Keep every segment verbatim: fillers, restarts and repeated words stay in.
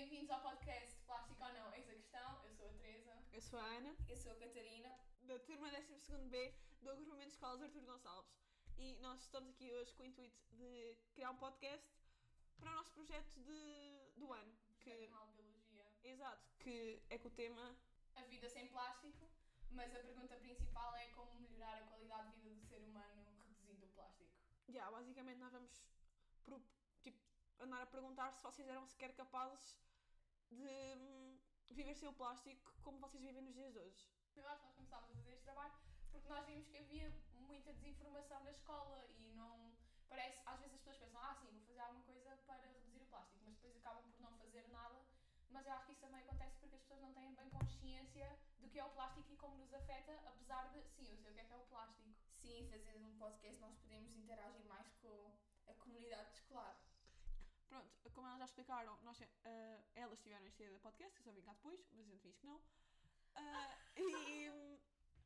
Bem-vindos ao podcast Plástico ou Não, eis a questão. Eu sou a Teresa. Eu sou a Ana. Eu sou a Catarina. Da turma décimo segundo B do agrupamento de escolas Artur Gonçalves. E nós estamos aqui hoje com o intuito de criar um podcast para o nosso projeto de, do ano. Que... de Biologia. Exato, que é com o tema... A vida sem plástico, mas a pergunta principal é como melhorar a qualidade de vida do ser humano reduzindo o plástico. Já, yeah, basicamente nós vamos pro, tipo, andar a perguntar se vocês eram sequer capazes de hum, viver sem o plástico como vocês vivem nos dias de hoje. Eu acho que nós começámos a fazer este trabalho porque nós vimos que havia muita desinformação na escola e não... Parece, às vezes as pessoas pensam, ah sim, vou fazer alguma coisa para reduzir o plástico, mas depois acabam por não fazer nada. Mas eu acho que isso também acontece porque as pessoas não têm bem consciência do que é o plástico e como nos afeta, apesar de, sim, eu sei o que é que é o plástico. Sim, fazendo um podcast nós podemos interagir mais com a comunidade escolar. Pronto, como elas já explicaram, nós, uh, elas tiveram este ideia do podcast, eu só vim cá depois, mas a gente diz que não. Uh, e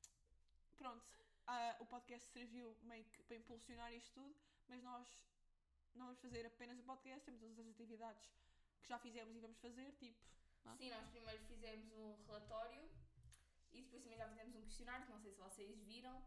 pronto, uh, o podcast serviu meio que para impulsionar isto tudo, mas nós não vamos fazer apenas o podcast, temos todas as atividades que já fizemos e vamos fazer, tipo... Não? Sim, nós primeiro fizemos um relatório e depois também já fizemos um questionário, que não sei se vocês viram.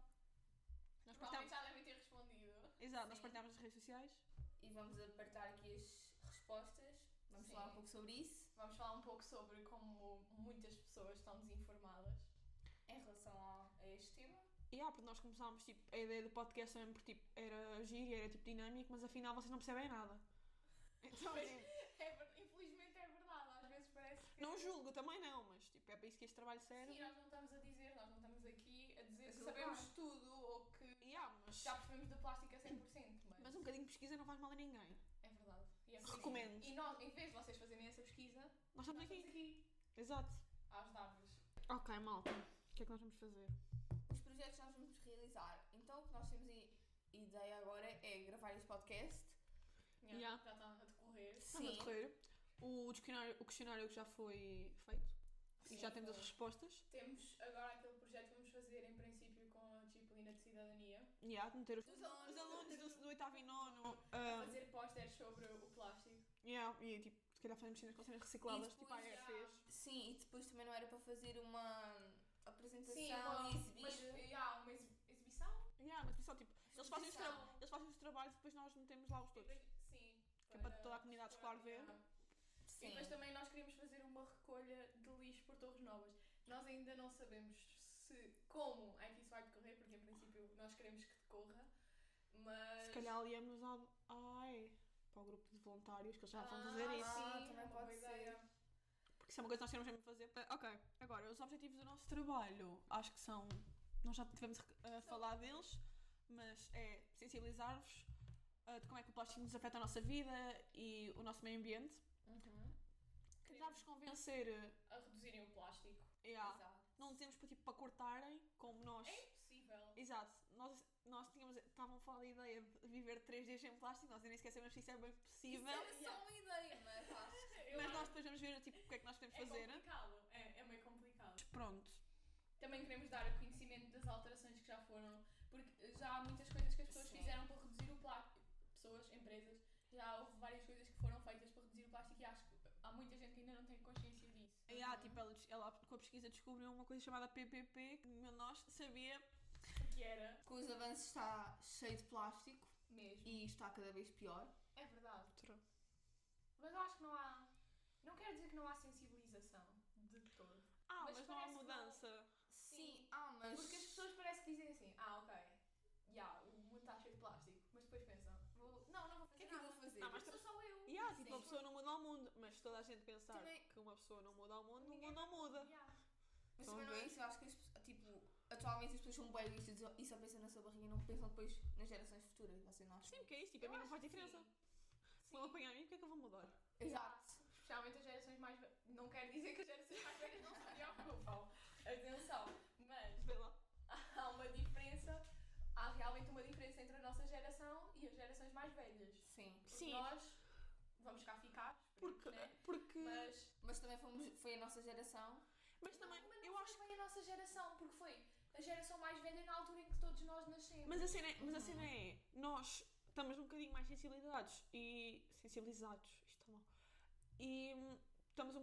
Nós provavelmente já devem ter respondido. Exato, Sim. Nós partilhámos nas redes sociais. E vamos apertar aqui as respostas. Vamos Sim. falar um pouco sobre isso. Vamos falar um pouco sobre como muitas pessoas estão desinformadas em relação a, a este tema. E yeah, porque nós começámos, tipo, a ideia do podcast também porque, tipo, era giro, era, tipo, dinâmico, mas afinal vocês não percebem nada. Então, mas, é, infelizmente é verdade, às vezes parece que... Não julgo, também não, mas tipo, é para isso que este trabalho serve. Sim, nós não estamos a dizer, nós não estamos aqui a dizer que sabemos claro. tudo ou que yeah, mas... já percebemos da plástica a cem por cento. Mas... mas um bocadinho de pesquisa não faz mal a ninguém. É verdade. E é recomendo. E nós, em vez de vocês fazerem essa pesquisa, nós estamos, nós aqui. estamos aqui. Exato. A ajudar-vos. Ok, malta. O que é que nós vamos fazer? Os projetos que nós vamos realizar. Então, o que nós temos ideia agora é gravar este podcast. Yeah, yeah. Já está a decorrer. Está a decorrer. O questionário, o questionário que já foi feito. Sim, e já temos foi. As respostas. Temos agora aquele projeto que vamos fazer em princípio com a disciplina de cidadania. E yeah, de meter os, os alunos, os alunos do, do oitavo e nono a um, fazer pósteres sobre o plástico. Yeah, e tipo, se calhar fazemos cenas com cenas recicladas, tipo a yeah. fez. Sim, e depois também não era para fazer uma apresentação Sim, uma, e exibir. Mas, yeah, uma exibição? Yeah, uma exibição, tipo, eles fazem, tra- eles fazem os trabalhos e depois nós metemos lá os todos. Sim. Que é para toda a comunidade escolar ver. Sim. E depois também nós queríamos fazer uma recolha de lixo por Torres Novas. Nós ainda não sabemos se, como é que isso vai decorrer, porque em princípio nós queremos que decorra, mas... Se calhar aliamos a, ai, para o grupo de voluntários, que eles já ah, vão fazer isso. Sim, também pode ser. Porque isso é uma coisa que nós queremos mesmo fazer. Ok, agora, os objetivos do nosso trabalho, acho que são... Nós já tivemos a falar deles, mas é sensibilizar-vos de como é que o plástico nos afeta a nossa vida e o nosso meio ambiente. Uhum. Tentar-vos convencer a reduzirem o plástico. Yeah. Exato. Não temos para, tipo, para cortarem, como nós... É impossível. Exato. Nós, nós tínhamos... Estavam a falar da ideia de viver três dias sem plástico, nós nem sequer sabemos se isso é bem possível. Isso é só uma ideia, mas acho. Mas nós depois vamos ver, tipo, o que é que nós podemos é fazer. Complicado. É, é meio complicado. Mas pronto. Também queremos dar a conhecimento das alterações que já foram, porque já há muitas coisas que as pessoas Sim. fizeram para reduzir o plástico. Pessoas, empresas, já houve várias coisas que foram feitas para reduzir o plástico e acho que há muita gente que ainda não tem consciência disso. E há, tipo, ela, ela com a pesquisa descobriu uma coisa chamada P P P, que nós sabia o que era. Com os avanços está cheio de plástico. Mesmo. E está cada vez pior. É verdade. True. Mas eu acho que não há... Não quero dizer que não há sensibilização de todo. Ah, mas, mas não há mudança. Não... Sim. Sim, ah, mas... Porque as pessoas parecem que dizem assim, ah, ok, já, yeah, o mundo está cheio de plástico, mas depois pensam, vou... não, não vou fazer O que é que eu vou fazer? Ah, mas sou só eu. Yeah, tipo, uma pessoa não muda o mundo, mas se toda a gente pensar também... que uma pessoa não muda o mundo, o mundo não muda. Yeah. Mas também não é isso, eu acho que, tipo, atualmente as pessoas são bem egoístas e só pensam na sua barriga e não pensam depois nas gerações futuras, você não acha? Sim, porque é isso, tipo, a mim não faz diferença. Sim. Se vão apanhar a mim, porque é que eu vou mudar? Exato. Especialmente as gerações mais velhas. Não quero dizer que as gerações mais velhas não se preocupam. Atenção. Mas Vê lá. Há uma diferença. Há realmente uma diferença entre a nossa geração e as gerações mais velhas. Sim. Porque Sim. Nós vamos cá ficar. Porque. Né? porque... Mas, mas também fomos, foi a nossa geração. Mas também, não, mas não eu foi acho bem a nossa geração, porque foi a geração mais velha na altura em que todos nós nascemos. Mas a cena é, mas a cena é nós estamos um bocadinho mais sensibilizados e sensibilizados, isto está mal. E estamos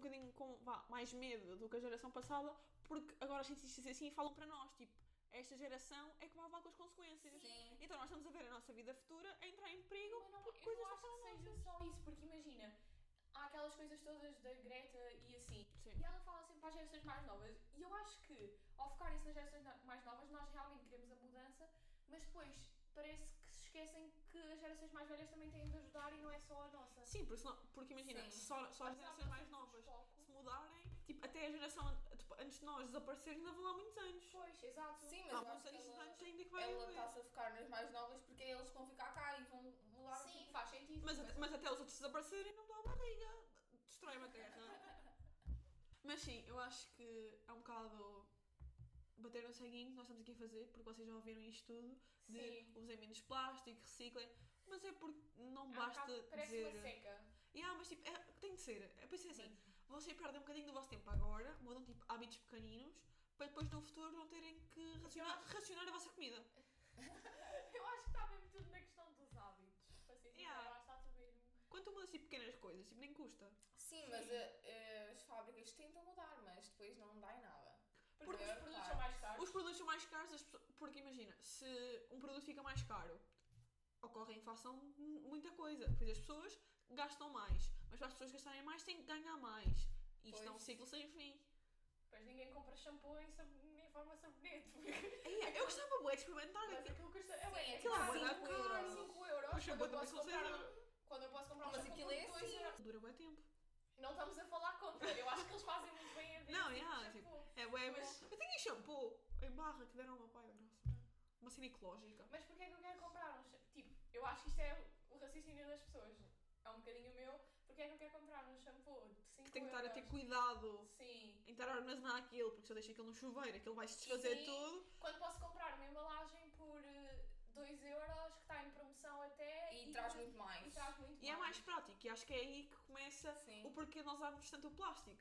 bocadinho com vá, mais medo do que a geração passada, porque agora os cientistas assim falam para nós, tipo, esta geração é que vai levar com as consequências. Sim. Então nós estamos a ver a nossa vida futura a entrar em perigo Mas não, por eu coisas não que acho não que são seja nossas. só isso, porque imagina, há aquelas coisas todas da Greta e assim, Sim. e ela fala sempre para as gerações mais novas, e eu acho que ao focar-se nas gerações na- mais novas, nós realmente queremos a mudança, mas depois parece que se esquecem que as gerações mais velhas também têm de ajudar e não é só a nossa. Sim, porque, senão, porque imagina, Sim. só, só as Mas gerações há mais pessoas novas de foco. se mudarem, tipo, até a geração tipo, antes de nós desaparecer ainda vão lá muitos anos. Pois, exato. Sim, Há mas eu muitos acho que anos de ela, anos ainda que vai ela haver. está-se a focar nas mais novas porque é eles que vão ficar cá e vão mudar. Sim, tipo, faz sentido. Mas, até- mas até os outros desaparecerem não dá a barriga. Destrói-me a terra. Mas sim, eu acho que é um bocado bater no ceguinho que nós estamos aqui a fazer, porque vocês já ouviram isto tudo, de Sim. usem menos plástico, reciclem, mas é porque não É um basta bocado- parece dizer... uma seca. Yeah, mas tipo, é, tem de ser. Eu pensei assim, vocês perdem um bocadinho do vosso tempo agora, mudam tipo hábitos pequeninos, para depois no futuro não terem que racionar, acho- racionar a vossa comida. Eu acho que está mesmo tudo na questão dos hábitos. Para ser sincera, Yeah. eu acho que está tudo mesmo. Quando tu mudas tipo pequenas coisas, tipo, nem custa. Sim, mas eh, eh, as fábricas tentam mudar, mas depois não dá em nada. Porque Porque os produtos são mais caros. Os produtos são mais caros, as pessoas- porque imagina, se um produto fica mais caro, ocorre a inflação de muita coisa. Depois as pessoas gastam mais, mas para as pessoas gastarem mais têm que ganhar mais. E isto é um Pois. ciclo sem fim. Depois ninguém compra shampoo em, sab... em forma sabonete. Ei, eu gostava bué de experimentar Mas aquilo. aquilo custa. Sim, É, aquilo caro, é bué da cinco caro. euros. cinco euros. O shampoo Quando eu também posso são seis comprar. euros. Quando eu posso comprar um Mas shampoo aquilo por é dois assim. euros. Dura bué tempo. Não estamos a falar contra. Eu acho que eles fazem muito bem a ver. Não, esse tipo yeah, de tipo, shampoo. é bué bom. Mas- Eu tenho shampoo em barra que deram ao meu pai, de graça. Uma cena ecológica. Mas porquê é que eu quero comprar um shampoo? Tipo, eu acho que isto é o raciocínio das pessoas. É um bocadinho meu. Porquê é que eu quero comprar um shampoo de cinco Que tenho que estar a ter euros? cuidado Sim. em estar a armazenar aquilo, porque se eu deixo aquilo no chuveiro, aquilo vai se desfazer Sim. tudo. Quando posso comprar uma embalagem por dois euros, que está em promoção até. E traz muito E mais. traz muito E é mais prático, e acho que é aí que começa Sim. o porquê nós usamos tanto o plástico.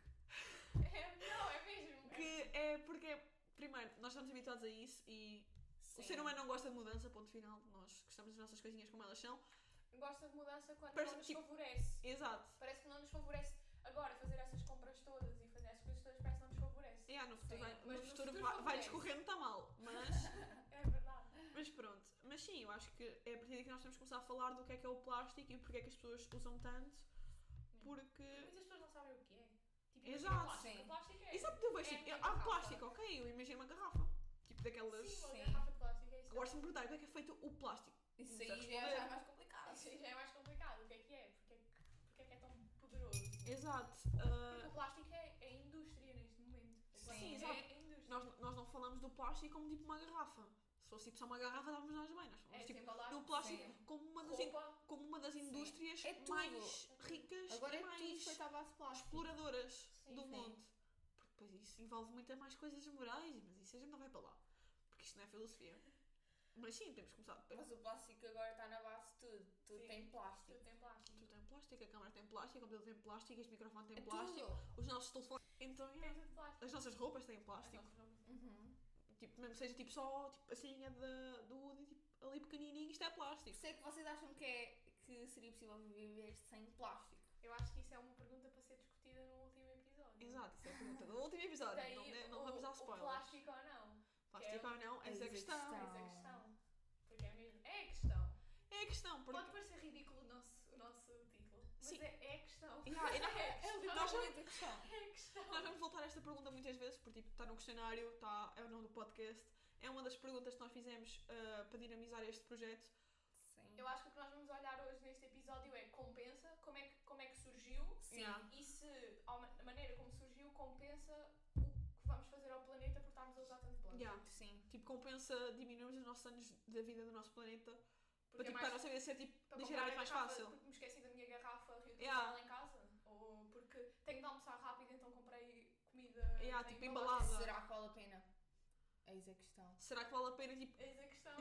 É, não, é mesmo. Que é porque, primeiro, nós estamos habituados a isso e o Sim. ser humano não gosta de mudança, ponto final. Nós gostamos das nossas coisinhas como elas são. Gosta de mudança quando Parece- não nos tipo- favorece. Exato. Parece que não nos favorece. Agora, fazer essas compras todas e fazer essas coisas todas parece que não nos favorece. E ah, no futuro, Sim, vai, mas no no futuro futuro vai, vai favorece. discorrendo, está mal. Mas, É verdade. mas pronto. Mas sim, eu acho que é a partir daqui que nós temos que começar a falar do que é que é o plástico e porque é que as pessoas usam tanto. Porque. Muitas pessoas não sabem o que é. Tipo, Exato. imagina plástico. Sim. O plástico é. Exato, tu vais é tipo, uma há garrafa. plástico, ok, eu imagino uma garrafa. Tipo daquelas. Sim, uma Sim. garrafa de plástico é isso. Agora se me perguntar o que é que é feito o plástico. Isso Não aí sei já é responder. já é mais complicado. Isso aí já é mais complicado. O que é que é? Porque é que, porque é, que é tão poderoso? Exato. Porque ah, o plástico é, é indústria neste momento. O Sim, plástico exato. É indústria. nós, nós não falamos do plástico como tipo uma garrafa. Se fosse tipo só uma garrafa, dávamos nós bem. Nós É falamos tipo, tipo, embalagem, do plástico sim. como uma das, in- roupa. como uma das Sim. indústrias É tudo. mais ricas Agora e é tudo mais feito à base de plástico. exploradoras Sim, do sim. mundo. Porque depois isso envolve muitas mais coisas morais, mas isso a gente não vai para lá. Porque isto não é filosofia. Mas sim, temos que começar. Mas o plástico agora está na base de tudo. Tudo Sim. tem plástico. Tudo tem plástico. Tudo tem plástico, a câmara tem plástico, o computador tem plástico, este microfone tem É plástico, tudo. os nossos telefones. Então, Tem yeah. tudo plástico. As nossas roupas têm As plástico. nossas roupas. Uhum. Tipo, mesmo que seja tipo só tipo, a linha da, do Woody, tipo, ali pequenininho, isto é Por plástico. isso é que vocês acham que, é, que seria possível viver sem plástico? Eu acho que isso é uma pergunta para ser discutida no último episódio. Exato, isso é a pergunta do último episódio. Daí, não de- não o, vamos dar o spoilers. plástico ou não? Plástico ou não, essa é a Eis a questão. questão. Essa é a questão. Porque é mesmo. É a questão. É a questão, porque. Pode parecer ridículo o nosso, o nosso título. Mas Sim. é, é a questão. Yeah, e não- é a questão. nós literalmente a questão. É a questão. Nós vamos voltar a esta pergunta muitas vezes, porque tipo, está no questionário, está, é o nome do podcast. É uma das perguntas que nós fizemos ah, para dinamizar este projeto. Sim. Eu acho que o que nós vamos olhar hoje neste episódio é compensa, como é que, como é que surgiu Sim. Yeah. e se a ma- a maneira como surgiu compensa o que vamos fazer ao planeta por estarmos a usar tanto plástico. Yeah. Sim. Tipo, compensa diminuirmos os nossos anos da vida do nosso planeta para, Porque tipo, é para a mais nossa vida ser tipo, para ligeiramente comprar mais a garrafa fácil. Porque me esqueci da minha garrafa reutilizada Yeah. em casa. Ou porque tenho de almoçar rápido, então comprei comida Yeah, em tipo, embalagem. embalada. Será que vale a pena? Eis a questão. Será que vale a pena, tipo, Eis a questão.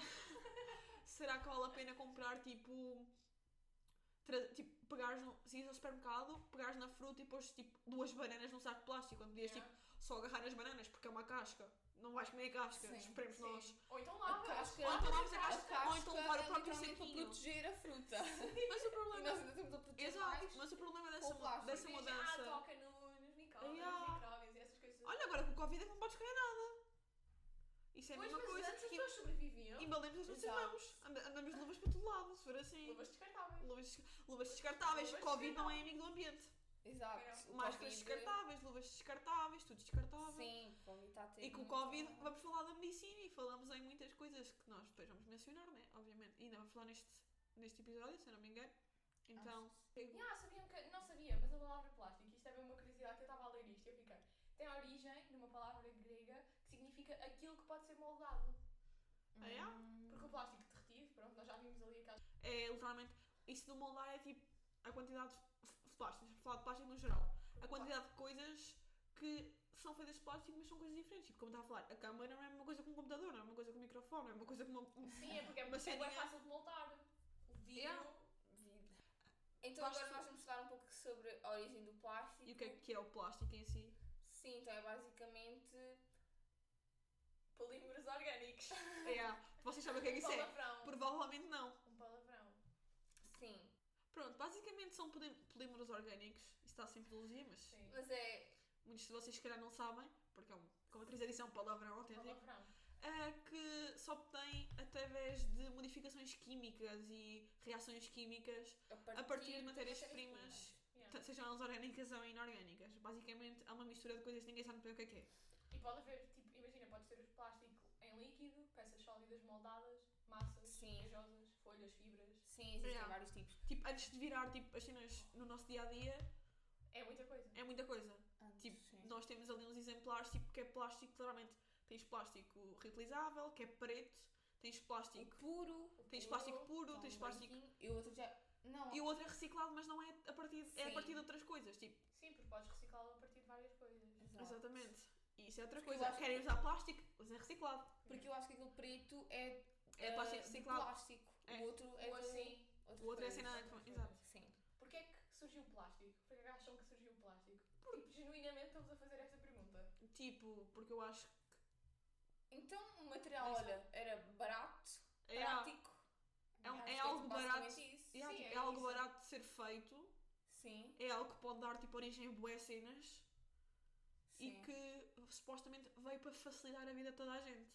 será que vale a pena comprar, tipo, tra- tipo pegares, no, se ires ao supermercado, pegares na fruta e pôs, tipo, duas bananas num saco de plástico, quando podias, Yeah. tipo, só agarrar as bananas, porque é uma casca. Não vais comer a casca, Sim, esperemos Sim. nós. Ou então A lava. casca, Ou então lavas a a casca, casca ou então levar o é próprio literalmente para saquinho. proteger a fruta. Mas o E problema... nós ainda estamos a proteger Exato, mais. mas o problema com dessa, o plástico. dessa Porque, mudança... Ah, toca no, nos micróbios, Yeah. micróbios e essas coisas. Olha, agora com o Covid é que não podes comer nada. Isso é a Pois, mesma mas coisa. antes as E- pessoas sobreviviam. Embalemos as nossas Exato. mãos. Anda- Andamos de luvas para todo lado, se for assim. Luvas descartáveis. Luvas, des- luvas descartáveis. Luvas Covid não é amigo do ambiente. Exato. O Máscaras Covid- descartáveis, luvas descartáveis, tudo descartável. Sim, o Covid está a ter E com o muita- Covid vamos falar da medicina e falamos em muitas coisas que nós depois vamos mencionar, né? Obviamente. E ainda vamos falar neste, neste episódio, se eu não me engano. Então. Yeah, sabiam que, não sabia, mas a palavra plástico, isto é bem uma curiosidade que eu estava a ler isto e eu fiquei. Tem origem numa palavra grega que significa aquilo que pode ser moldado. Ah, yeah? Hum. Porque o plástico derretido, pronto, nós já vimos ali aquelas. É literalmente. Isso do moldar é tipo a quantidade de de plástico, vamos falar de plástico no geral. A quantidade de coisas que são feitas de plástico, mas são coisas diferentes. Tipo, como estava a falar, a câmara não é uma coisa com um computador, não é uma coisa com um microfone, não é uma coisa com uma. Sim, é porque é Uma muito é ceninha. bem fácil de moldar. O vidro. Yeah. Vida. Então Plástico. agora nós vamos falar um pouco sobre a origem do plástico. E o que é que é o plástico em si? Sim, então é basicamente... Polímeros orgânicos. É, vocês sabem o que é que Um isso é? palavrão. Provavelmente não. Um palavrão. Sim, Pronto, basicamente são poli- polímeros orgânicos. Isso está sem filologia, mas Sim. mas é... muitos de vocês se calhar não sabem, porque é um, como a Teresa disse, é um palavrão autêntico, Palavrão. é que só obtém através de modificações químicas e reações químicas, A partir, a partir de matérias-primas, primas. Yeah. t- sejam elas orgânicas ou inorgânicas. Basicamente é uma mistura de coisas que ninguém sabe bem o que é que é. E pode haver, tipo, imagina, pode ser plástico em líquido, peças sólidas moldadas, massas, Sim. gajosas, folhas, fibras. Sim, existem Yeah. vários tipos. Tipo, antes de virar tipo, as cenas no nosso dia-a-dia, É muita coisa. é muita coisa. Antes, Tipo, sim. nós temos ali uns exemplares, tipo, que é plástico, claramente. Tens plástico reutilizável, que é preto, tens O plástico, puro... tens puro, plástico puro, tá, tens um plástico... branquinho, e o outro já... Não, E o outro é reciclado, mas não é a partir, é a Sim. partir de outras coisas, tipo, Sim, porque podes reciclá-lo a partir de várias coisas. Exato. exatamente. E isso é outra Porque eu coisa. acho Querem que- usar plástico, usem reciclado. Porque eu acho que aquele preto é... É eh, plástico de reciclado. plástico. É. O outro é Ou de... assim. O outro é a coisa. cena... outras Exato. coisas. Sim. Porquê é que surgiu o plástico? Porquê é que acham que surgiu o plástico? Tipo, genuinamente estamos a fazer esta pergunta. Tipo, porque eu acho que... Então o material, Não olha, era barato, É, prático. é, um- Acho é que algo basicamente barato. isso. é, Sim, tipo, é é algo isso. barato de ser feito. Sim, É algo que pode dar tipo origem a bué cenas. E sim. que supostamente veio para facilitar a vida de toda a gente.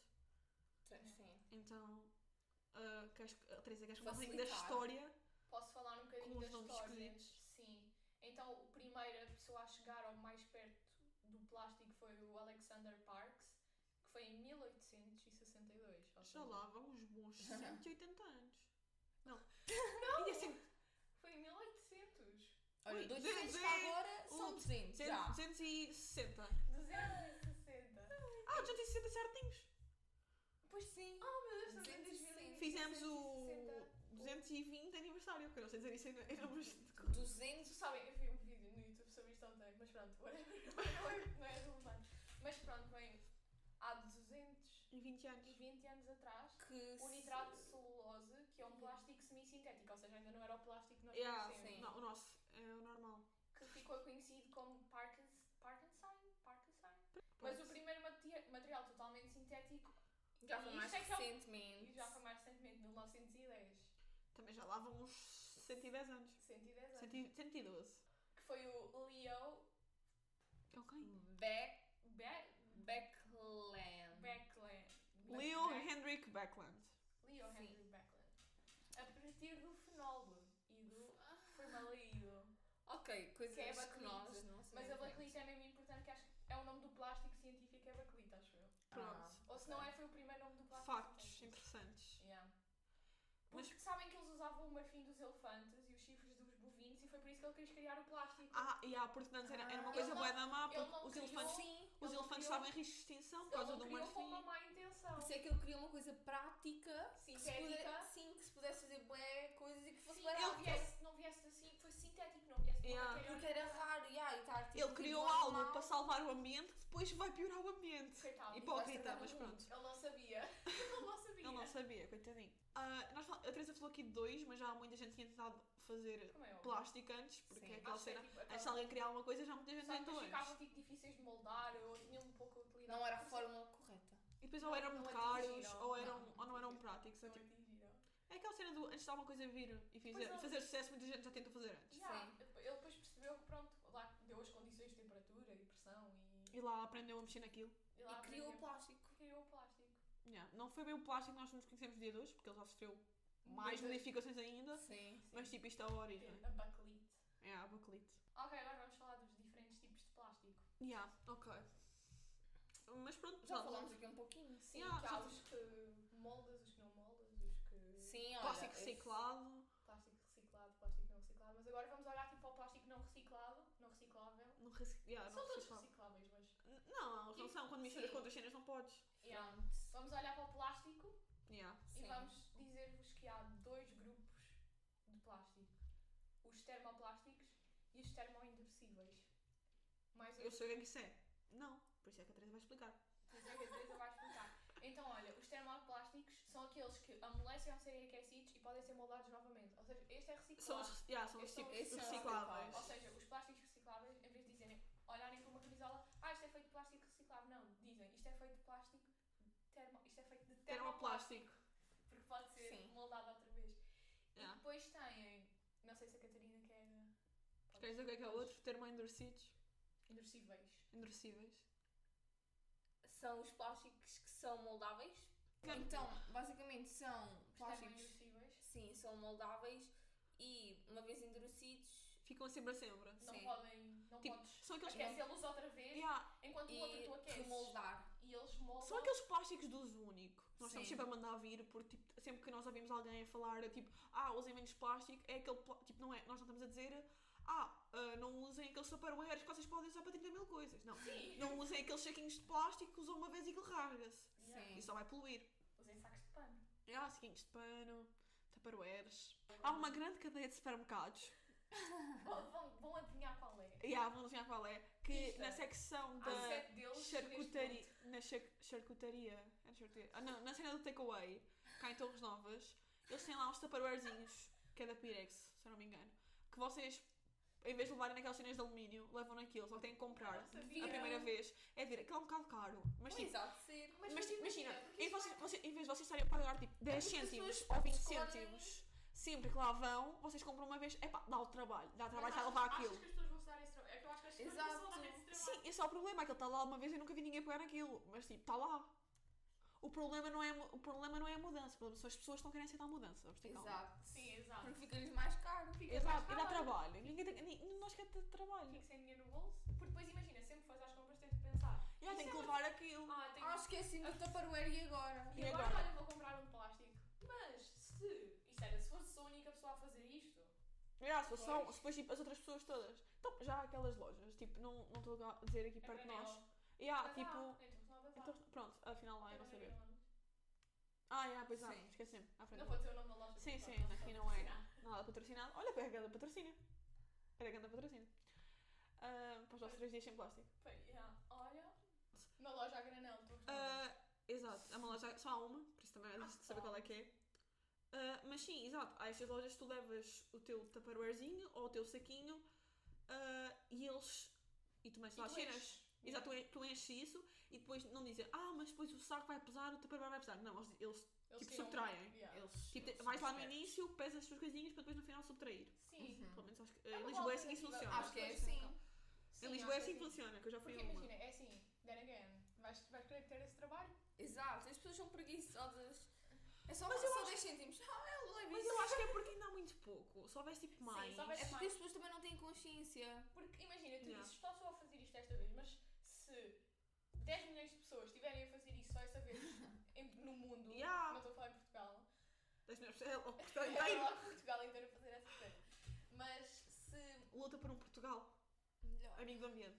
Sim. Então, uh, queres, uh, Teresa, queres falar um bocadinho da Facilitar. história? Posso falar um bocadinho Com os da nomes história? esquisitos. Sim. Então, o primeiro a pessoa a chegar ao mais perto do plástico foi o Alexander Parks, que foi em mil oitocentos e sessenta e dois. ou Já seja, lá vão uns bons cento e oitenta anos. Não. Não! E assim, Foi em mil e oitocentos. Olha, Ui, duzentos duzentos para e- agora são o- duzentos já. duzentos e sessenta. duzentos e sessenta. Ah, duzentos e sessenta certinhos. Pois sim. Oh meu Deus, duzentos e duzentos e sessenta. sessenta. Fizemos o duzentos e sessenta. duzentos e vinte aniversário, que eu não sei dizer isso em em números de... duzentos. Vocês sabem, eu vi um vídeo no YouTube sobre isto ontem, mas pronto, whatever, não é, não é relevante. Mas pronto, vem há duzentos e vinte e anos. vinte anos atrás Que o nitrato de celulose, que é um plástico semi-sintético, ou seja, ainda não era o plástico que nós Yeah, conhecemos, sim. não, o nosso é o normal. que ficou conhecido como Parkins, Parkinson? Parkinson? Pode Mas o ser. primeiro mate- material totalmente sintético já foi E mais isto é que é o- recentemente. e já foi mais recentemente, mil novecentos e dez. Também já lá vão uns cento e dez anos. cento e dez anos. cento e- cento e doze. Que foi o Leo Ok. Beck, Be- Beckland. Beckland. Leo Beck- Henrik Beckland. Leo Sim. Henry Beckland. A partir do fenol e do formaldeído. Ok, coisas Que é que bakelite. nós não Mas a sabemos. bakelite é mesmo importante, que acho que é o nome do plástico científico, é bakelite, acho eu. Pronto. Ah, Ou se não é, foi o primeiro nome do plástico Factos científico. interessantes. Yeah. Mas- Porque sabem que eles usavam o marfim dos elefantes e os chifres dos bovinos e foi por isso que ele quis criar o plástico. Ah, e há, porque antes era, era uma Ah. coisa Ele boa não- da má, ele porque não os criou- elefantes, Sim. os ele não elefantes criou- estavam em risco de extinção por Ele causa não do criou com uma marfim. má intenção. Por isso é que ele criou uma coisa prática. que se Sintética. puder- Sim, que se pudesse fazer bué coisas e que fosse Sim, barato. não viesse, não viesse assim, foi sintético, não viesse de uma Yeah. matéria Porque era orgânica. raro, yeah, e estar tipo. Ele criou tipo, algo normal. para salvar o ambiente, que depois vai piorar o ambiente. Coitado, Hipócrita, estragar mas o pronto. mundo. ele não sabia. Ele não sabia. Ele não sabia, coitadinho. Ah, nós fal- a Teresa falou aqui de dois, mas já muita gente tinha tentado fazer Como é óbvio. plástico antes, porque Sim. é aquela Acho que é cena. tipo Antes de aquela- alguém criar uma coisa, já muita gente Só que tentou depois antes. ficavam tipo, difíceis de moldar ou tinham um pouco de utilidade. Não era a Não sei. fórmula correta. E depois ou eram Não muito atingiram. caros, ou, eram, Não, ou não eram não práticos. É, Não tipo, atingiram. é aquela cena do antes de alguma coisa vir e fizer- Pois é. fazer sucesso, muita gente já tentou fazer antes. Yeah, Ele depois percebeu que pronto, lá deu as condições de temperatura e pressão E lá aprendeu a mexer naquilo. E, lá E criou o aprendeu. plástico. Criou o plástico. Yeah. Não foi bem o plástico que nós nos conhecemos no dia de hoje, porque ele já sofreu mais Muitas- modificações ainda. Sim. Mas tipo, isto é a origem. A bakelite. É a bakelite. Ok, agora vamos falar dos diferentes tipos de plástico. Yeah, ok. Mas pronto, Já falámos aqui um pouquinho. Sim, Yeah, que já há te- os que moldas, os que não moldas, os que... Sim, olha. Plástico esse- reciclado. Plástico reciclado, plástico não reciclado. Mas agora vamos olhar tipo ao plástico não reciclado, não reciclável. Não, rec... yeah, São não todos reciclado. recicláveis, mas... N- Não, eles não são. Quando misturas Sim. com outras cenas não podes. Yeah. Pronto. Vamos olhar para o plástico Yeah. e Sim. vamos dizer-vos que há dois grupos de plástico. Os termoplásticos e os termoendurecíveis. Mais Eu sei o que é que isso é. Não, por isso é que a Teresa vai explicar. Por isso é que a Teresa vai explicar. Então, olha, os termoplásticos são aqueles que amolecem ao serem aquecidos e podem ser moldados novamente. Ou seja, este é São reciclado. os, yeah, são os Estes são tipos os- esses são recicláveis. Ou seja, os plásticos recicláveis, em vez de dizerem, olharem para uma camisola, ah, isto é feito de plástico reciclável. Não, dizem, isto é feito de plástico termo, isto é feito de termoplástico. Termoplástico. Porque pode ser Sim. moldado outra vez. Yeah. E depois têm, não sei se a Catarina quer... pode- Queres dizer o que é que é o outro? Termoendurecidos. Endurecíveis. Endurecíveis. São os plásticos que são moldáveis. Que- Então, basicamente são Os plásticos. termoendurecíveis Sim, são moldáveis e uma vez endurecidos Ficam sempre a sempre. não Sim. podem, não Tipo, podes são aqueles. aquecê-los outra vez, Yeah, enquanto o outro tu e aqueces. remoldar. E eles moldam. são aqueles plásticos de uso único. Nós estamos Sim. sempre a mandar vir, porque tipo, sempre que nós ouvimos alguém a falar, tipo, ah, usem menos plástico, é aquele plá- tipo, não é, nós não estamos a dizer, ah, ah, não usem aqueles tupperwares que vocês podem usar para trinta mil coisas. Não. Sim. Não usem aqueles saquinhos de plástico que usam uma vez e que rasga-se. Yeah. Sim. E só vai poluir. Usem sacos de pano. Ah, saquinhos de pano, tupperwares. Há uma grande cadeia de supermercados. Vão, vão, vão adivinhar qual é. E há, vão adivinhar qual é, que Pista. na secção Há da sete deles charcutaria, neste na char- charcutaria, era charcutaria, ah não, na cena do takeaway, cá em Torres Novas, eles têm lá uns tupperwarezinhos, que é da Pirex, se eu não me engano, que vocês, em vez de levarem naquelas cenas de alumínio, levam naquilo, só que têm que comprar Não sabia. a primeira vez. É ver, aquilo é um bocado caro, mas tipo, Pois há de ser. Mas, mas tipo, imagina, porque em, isso vocês, vai- vocês- em vez de vocês estarem a pagar tipo dez porque as cêntimos pessoas ou vinte escolhem- cêntimos, sempre que lá vão, vocês compram uma vez, epá, dá o trabalho, dá Mas trabalho para achas- levar achas aquilo. que as pessoas vão se dar esse trabalho? É que eu acho que as pessoas Exato. não se vão dar esse trabalho. Sim, esse é o problema, aquele está lá uma vez e eu nunca vi ninguém pegar naquilo, mas tipo, está lá. O problema não é, a mu- o problema não é a mudança, o problema são as pessoas que não querem aceitar a mudança. Vamos ter calma. Exato. Sim, exato. Porque fica-lhes mais caro. Fica Exato, mais e dá caro. trabalho. Ninguém tem, ni- nós queremos ter trabalho. Fico sem dinheiro no bolso. Porque depois imagina, sempre que fores às compras tens de pensar. Já Isso tem é que uma- levar aquilo. Ah, tenho... Ah, esqueci-me do Tupperware e agora? E E agora, agora? olha, vou comprar um plástico. Mas se... Isto era, se fosse a única pessoa a fazer isto... Já, se, fosse só- Pois. se depois tipo, as outras pessoas todas. Então, já há aquelas lojas, tipo, não não estou a dizer aqui é perto de granel. nós. Já, Mas tipo. há, em Torres Novas há. Então, pronto, afinal lá eu não Também sabia. não. Ah, já, pois há, Sim. esqueci-me. À frente. Não vou dizer o nome da loja. Sim, porque sim, pronto, aqui só não é patrocinar. nada patrocinado. Olha, era grande patrocínio. Era grande patrocínio. Ah, para os nossos três dias sem plástico. Foi, yeah. Olha, na loja a granel, Torres Novas. Ah, exato, é uma loja, só há uma, por isso também é difícil de saber qual é que é. Ah, mas sim, exato, há estas lojas que tu levas o teu tupperwarezinho ou o teu saquinho ah, e eles. E tu metes E lá as tu cenas. enches. Exato, tu en- tu enches isso e depois não dizem, ah, mas depois o saco vai pesar, o tupperware vai pesar. Não, eles, eles Eles tipo, tiram- subtraem. Yeah. Eles, tipo, eles vais são lá no espertos. início, pesas as tuas coisinhas para depois no final subtrair. Sim. Uhum. Pelo menos acho que É em uma Lisboa é assim que isso alternativa. funciona. Acho que é As pessoas assim. nunca- Em Sim, Lisboa é acho assim que que funciona, que eu já fui Porque a uma. imagina, é assim, then again, vais, vais querer ter esse trabalho? Exato, as pessoas são preguiçosas. É só, Mas só eu acho- dez cêntimos. Ah, eu levo Mas isso. eu acho que é porque ainda há muito pouco. Se houvesse tipo Sim, mais. se houvesse É porque mais. as pessoas também não têm consciência. Porque imagina, tu Yeah. dizes, só estou a fazer isto esta vez, mas se dez milhões de pessoas estiverem a fazer isso só essa vez em- no mundo, Yeah. não estou a falar em Portugal, Das minhas pessoas. Oh, Portugal é inteiro. lá Portugal inteiro a fazer essa coisa. Mas se. Luta por um Portugal. Melhor. Amigo do ambiente.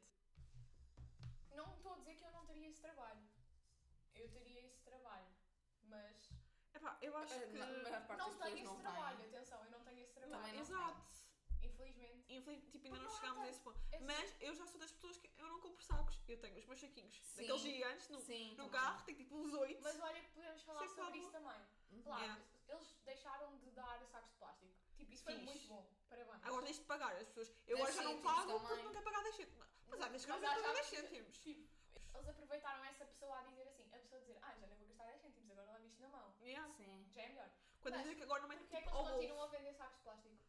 Não estou a dizer que eu não teria esse trabalho. Eu teria esse trabalho. Mas. Epá, eu acho A que. ma- maior parte Não das tenho pessoas esse não trabalho, têm. atenção, eu não tenho esse Também trabalho. não Exato. Infelizmente. Infelizmente, tipo, ainda Porque não não há chegámos a tanto. esse ponto. É assim. Mas eu já sou das pessoas que eu não compro sacos. Eu tenho os meus saquinhos. Sim. Daqueles gigantes no, Sim, no também. carro, tenho tipo uns oito. Mas olha que podemos falar Sei sobre como. isso também. Uhum. Claro, Yeah. eles deixaram de dar sacos de plástico. Tipo, isso foi Fixe. muito bom. Parabéns. Agora deixo de pagar. As pessoas. Eu dez agora já não cêntimos pago porque também. não quero pagar dez cêntimos. Mas há vezes que eu não Mas quero pagar há- dez há- cêntimos. Tipo, eles aproveitaram essa pessoa a dizer assim, a pessoa a dizer, ah, já nem vou gastar dez cêntimos, agora levo isto na mão. Yeah. Sim. Já é melhor. Quando Mas dizem que agora não metem Porquê é que tipo eles ao bolso. continuam a vender sacos de plástico?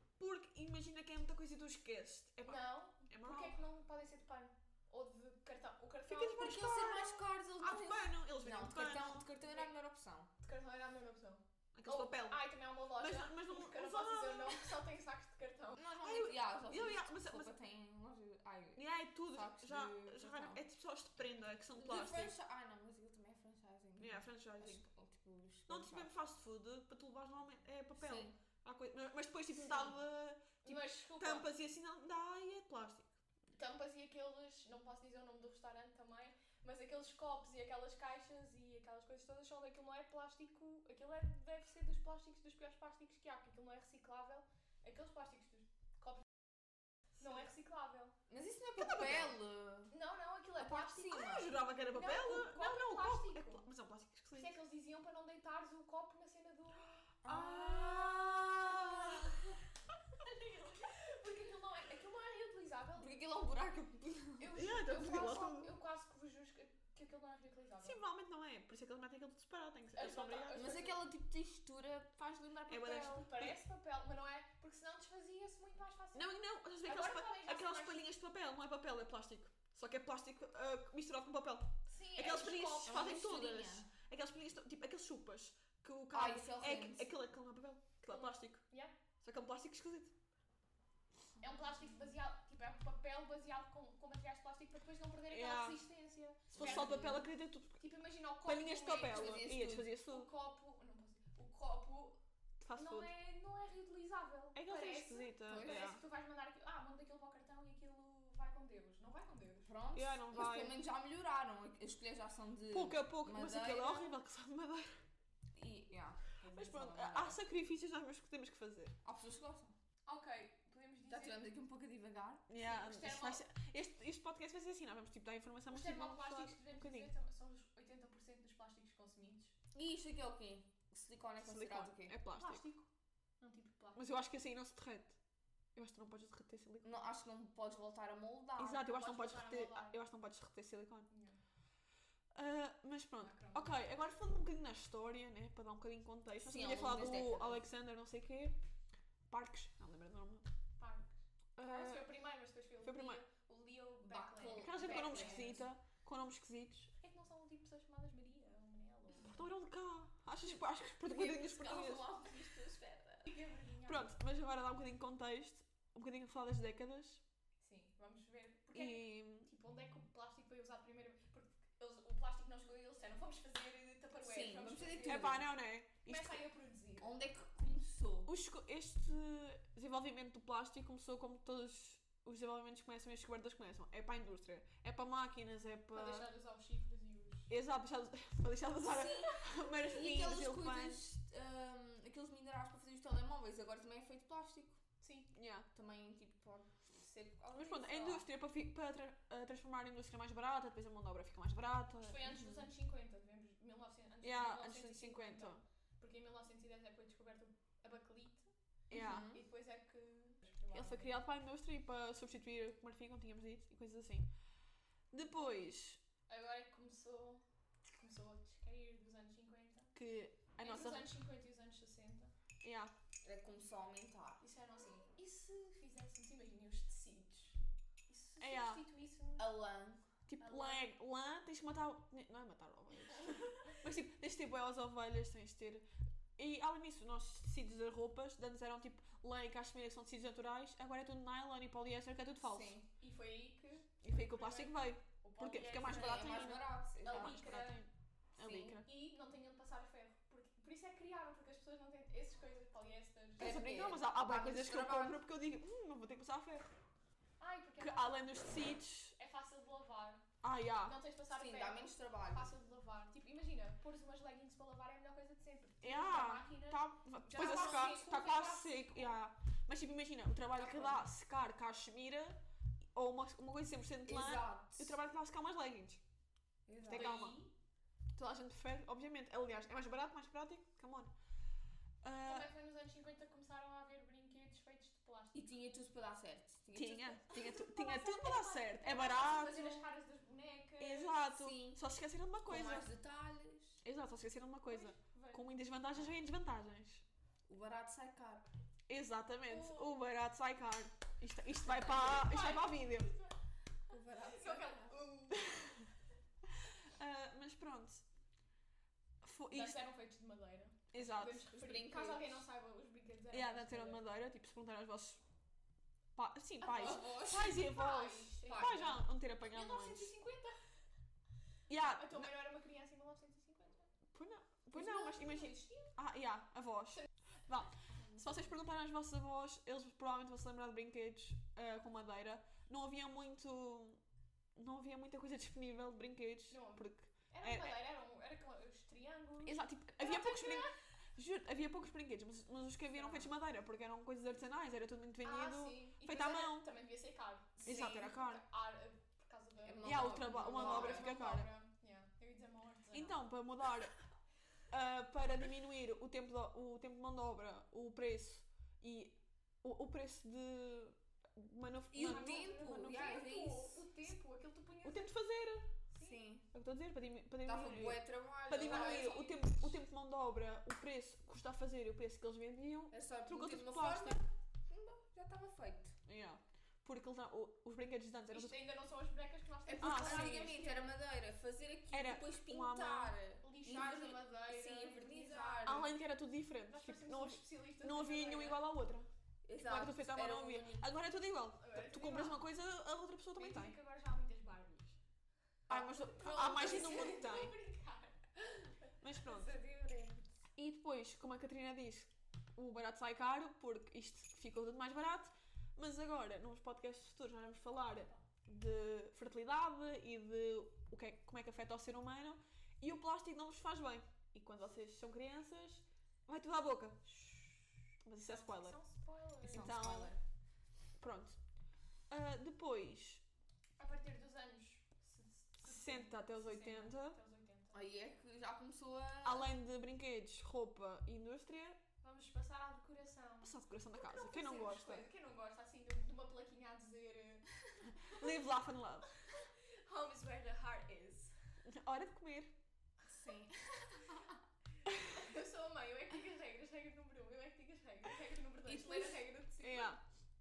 Porque imagina que é muita coisa e tu esqueces. É pá, Não. é Porquê mau. é que não podem ser de pano? Ou de cartão? cartão. Ficas mais Porque eles ser mais caros, eles Ah, não de têm- pano. Eles vendem Não, de de pano. cartão, de cartão era a melhor opção. De cartão era a melhor opção. Aqueles Ou- papel. Ai, também há uma loja. Mas, mas não... Que eu não mas posso dizer o lá- nome, que só tem sacos de cartão. Normalmente, já, só eu, fiz já, mas- roupa mas- tem loja... Ai, Yeah, é tudo. Sacos Já, de já, cartão. é tipo só os de prenda, que são de de plástico. franchise... Ah, não, mas aquilo também é franchising. Yeah, franchising. Acho que, tipo, os Não, tipo mesmo supermercados. fast food, para tu levares normalmente é papel. Sim. Há coi- mas- Mas depois tipo Sim. metade de Mas desculpa, tampas e assim não dá e é de plástico. tampas e aqueles, não posso dizer o nome do restaurante também, mas aqueles copos e aquelas caixas e aquelas coisas todas são daquilo, não é plástico, aquilo é, deve ser dos plásticos, dos piores plásticos que há, porque aquilo não é reciclável. Aqueles plásticos dos copos não é reciclável. Mas isso não é papel. Não, não, aquilo é A parte de plástico. cima. Ah, eu jurava que era Não, papel. o copo não, não, é o copo plástico. é plá- mas é um plástico Por isso é esquisito. que eles diziam para não deitares o copo na cena do... Ah! Porque aquilo não é, aquilo não é reutilizável. Porque aquilo é um buraco. Eu, Yeah, então, eu, porque lá quase, tudo. eu quase que vos juro que, que aquilo não é reutilizável. Sim, provavelmente não é. Por isso é que eles metem aquilo tudo separado. Tem que ser. As Eles são batatas- obrigados. Mas aquela tipo de textura faz lembrar É papel. bué das- Parece papel, mas não é, porque senão desfazia-se muito mais fácil. Não, e não. Estás a ver Agora aquelas, pa- podem já ser aquelas mais- palhinhas de papel? Não é papel, é plástico. Só que é plástico ah, misturado com papel. Sim, Aquelas é palhinhas dos se copos. fazem uma todas. misturinha. Aquelas palhinhas, tipo aqueles chupas que o Ah, cabo. isso é é horrendo. que- aquilo, aquilo não é papel. Aquilo é plástico. Yeah. Só que é um plástico esquisito. É um plástico baseado, tipo, é um papel baseado com, com materiais de plástico para depois não perder aquela Yeah. resistência. Se fosse só Perde- papel, acredito tudo. Tipo, imagina o copo. Palhinhas de não é- papel. desfazia-se E tudo. desfazia-se O tudo. copo, não posso dizer, o copo Fast não food. é, não é reutilizável. É aquela coisa Parece- esquisita. Pois. Parece Yeah. que tu vais mandar aquilo, ah, manda aquilo para o cartão e aquilo vai com Deus. Não vai com Deus. Pronto. Yeah, não Eles vai. pelo menos já melhoraram. As colheres já são de. Pouco a pouco, mas aquilo é madeira. horrível que só de madeira. E, yeah, Mas são pronto, de há madeira. sacrifícios nós mesmos que temos que fazer. Há pessoas que gostam. Ok, podemos dizer. Já estivemos aqui um pouco a divagar. Yeah, os isto vai termo- ser- este, este podcast vai ser assim, nós vamos tipo, dar informação, Os mas tipo, vamos falar termoplásticos, um devemos bocadinho. dizer, são os oitenta por cento dos plásticos consumidos. E isto aqui é o quê? O silicone é considerado o Silicone, quê? é plástico. Plástico. É um tipo de plástico. Mas eu acho que assim não se derrete. Eu acho que tu não podes derreter silicone. Não, acho que não podes voltar a moldar. Exato, eu acho que não podes podes voltar a derreter. moldar. Eu acho que não podes derreter silicone. Yeah. Ah, mas pronto. Ah, cromo. Ok, agora falando um bocadinho na história, né? Para dar um bocadinho de contexto. Nós Sim, tínhamos ao falar longo das do décadas. Alexander, não sei o quê. Parques. Não lembro do nome. Parques. Ah, Esse foi o primeiro, mas depois foi o foi o Leo, primeiro. o Leo Backlund. Backlund. Aquela gente com nome Backlund. esquisita. Com nomes esquisitos. Porquê é que não são tipo pessoas chamadas Maria ou Manel? Ou... Então eram de cá. Achas que achas que os portugueses portugueses. Pronto, mas agora dá um bocadinho de contexto. Um bocadinho a falar das décadas. Sim, vamos ver. Porque é que, E. tipo, onde é que o plástico foi usado primeiro? Porque eles, o plástico não chegou e eles disseram, vamos fazer tupperware. Sim, vamos fazer tudo. É pá, não, não é? Isto Começa aí a produzir. Onde é que começou? Os co- este desenvolvimento do plástico começou como todos os desenvolvimentos começam e as descobertas começam. É para a indústria, é para máquinas, é para. Para deixar de usar os chifres e os... Exato, deixar de- para deixar de usar Sim, marfins, e aquelas elefantes. coisas, hum, aqueles minerais para fazer os telemóveis, agora também é feito de plástico. Sim. Yeah. Também, tipo, pode ser por causa Mas pronto, disso, a sei lá. indústria para, fi- para tra- a transformar a indústria mais barata, depois a mão de obra fica mais barata. Isto foi antes dos anos cinquenta, devemos... mil e novecentos, antes Yeah, de antes dos cinquenta. Porque em mil novecentos e dez é que foi descoberto a bakelite Yeah. Uhum. e depois é que... Ele foi criado para a indústria e para substituir o marfim, como tínhamos dito, e coisas assim. Depois Agora é que começou, começou a descair dos anos cinquenta. que a Entre nossa. os anos cinquenta e os anos sessenta, Yeah. É que começou a aumentar. disseram assim, e se fizéssemos, imaginem, os tecidos? E se É, yeah. substituíssemos... A lã. Tipo, A lã, é- lã, tens que matar. Não é matar ovelhas. Mas tipo, tens de ter boas ovelhas, tens de ter. E além disso, os nossos tecidos das roupas, de antes eram tipo lã e cachemira, que são tecidos naturais, agora é tudo nylon e poliéster, que é tudo falso. Sim. E foi aí que E foi aí que o plástico veio. o Porquê? Fica poliéster mais É barato mais ainda. barato. A exato. Mais licra. barato ainda. A Sim. licra. E não tinham de passar a ferro. Porque, por isso é que criaram, porque as pessoas não têm essas coisas, poliésteres. É. Estás a brincar, mas há, há bem dá coisas menos que eu trabalho. compro porque eu digo, hum, não vou ter que passar a ferro. Ai, porque Que é fácil, além dos tecidos. é fácil de lavar. Ah, já. Não tens de passar Sim, a dá ferro. menos trabalho. Fácil de lavar. Tipo, imagina, pôres umas leggings para lavar é a melhor coisa de sempre. Tiras Yeah, da máquina, Tá, depois a está secar, seco, está fica quase assim. seco. Yeah. Mas tipo, imagina, o trabalho Tá que pronto. dá a secar cachemira ou uma, uma coisa cem por cento de lã Exato. e o trabalho que dá a secar umas leggings. Exato. Tem calma. Toda a gente prefere, obviamente. Aliás, é mais barato, mais prático, come on. Ah, Também foi nos anos cinquenta que começaram a haver brinquedos feitos de plástico. E tinha tudo para dar certo. tinha, tudo tinha, tu- Tudo tinha para dar tudo para dar certo. É Fácil barato. fazer as caras das bonecas. Exato. Sim. Só se esqueceram de uma com coisa. mais detalhes. Exato, só se esqueceram de uma coisa. Pois, veio. Com muitas vantagens vêm desvantagens. O barato sai caro. Exatamente. Oh. O barato sai caro. Isto, isto vai para, isto vai para o vídeo. O barato Só sai aquela- caro. Uh. Fo- Antes isto- eram feitos de madeira. Exato. Podemos referir. brinquedos. Caso alguém não saiba, os brinquedos eram Yeah, feitos deve ter de de madeira, tipo, se perguntar aos vossos pa... sim, pais. Avós. Pais e avós. sim. Pais já vão ter apanhado mil antes. novecentos e cinquenta. Yeah, A tua n- mãe não era uma criança em mil novecentos e cinquenta. Pois não, pois não, mas imagina. existia. Ah, yeah, avós. Vá. Se vocês perguntarem aos vossos avós, eles provavelmente vão se lembrar de brinquedos ah, com madeira. Não havia muito. Não havia muita coisa disponível de brinquedos. Não. Porque. Era É- de madeira, eram, era com os triângulos. Exato, tipo, havia poucos brinquedos. Juro, havia poucos brinquedos, mas, mas os que havia eram feitos de madeira, porque eram coisas artesanais, era tudo muito vendido. Ah, sim. E feito depois à era- mão. Também devia ser caro. Exato, Sim. era caro. Ah, por causa da. É mão Yeah, de o obra, traba- mão uma de obra obra. fica Mão de cara. obra. Yeah, eu ia dizer mão artesanal. Então, para mudar, ah, para diminuir o tempo, de, o tempo de mão de obra, o preço e o, o preço de manuf... E o manu- tempo, manu- yeah, é isso. O tempo, aquilo que tu punhas. o tempo de fazer. Sim. É o que estou a dizer, para, dimi- para Dava diminuir. bué trabalho. Para agora diminuir é só- o tempo, o tempo de mão de obra, o preço que custa a fazer e o preço que eles vendiam, É só trocou meter tudo de de uma plástico. forma. pumba, Já estava feito. Yeah. Porque eles, não- o- os brinquedos de antes eram Isto tudo- ainda não são as bonecas que nós É temos. porque Ah, sim. antigamente era madeira, fazer aquilo, Era depois uma à mão. pintar. Lixar a enver- madeira. Sim, envernizar. além de que era tudo diferente. Nós Tipo, parecemos não, uns havia- especialistas não em havia nenhum madeira. igual à outra. Claro Exato. que tu fez à mão Era não havia. único. Agora é tudo igual. Agora é Tu tudo compras igual. uma coisa, a outra pessoa também Mentira tem. que agora já há muitas Barbies. Ai, mas há mais gente no mundo que Estou a tem. brincar. Mas pronto. Isso é diferente. E depois, como a Catarina disse, o barato sai caro, porque isto ficou tudo mais barato. Mas agora, nos podcasts futuros, nós vamos falar de fertilidade e de o que é, como é que afeta o ser humano. E o plástico não vos faz bem. E quando vocês são crianças, vai tudo à boca. Mas isso é spoiler. São spoilers. Isso é um Então, spoiler. Pronto. Ah, depois, A partir dos anos sessenta até os oitenta, até os oitenta. Aí é que já começou a. além de brinquedos, roupa e indústria, Vamos passar à decoração. passa a decoração da Por que casa. Quem não fazemos gosta? coisa? Quem não gosta assim de, de uma plaquinha a dizer eh, Live, laugh and love. Home is where the heart is. Hora de comer. Sim. Eu sou a mãe, eu é que digo as regras, regra número um, eu é que digo as regras, regra número dois, E depois- primeira regra de cinco. Yeah.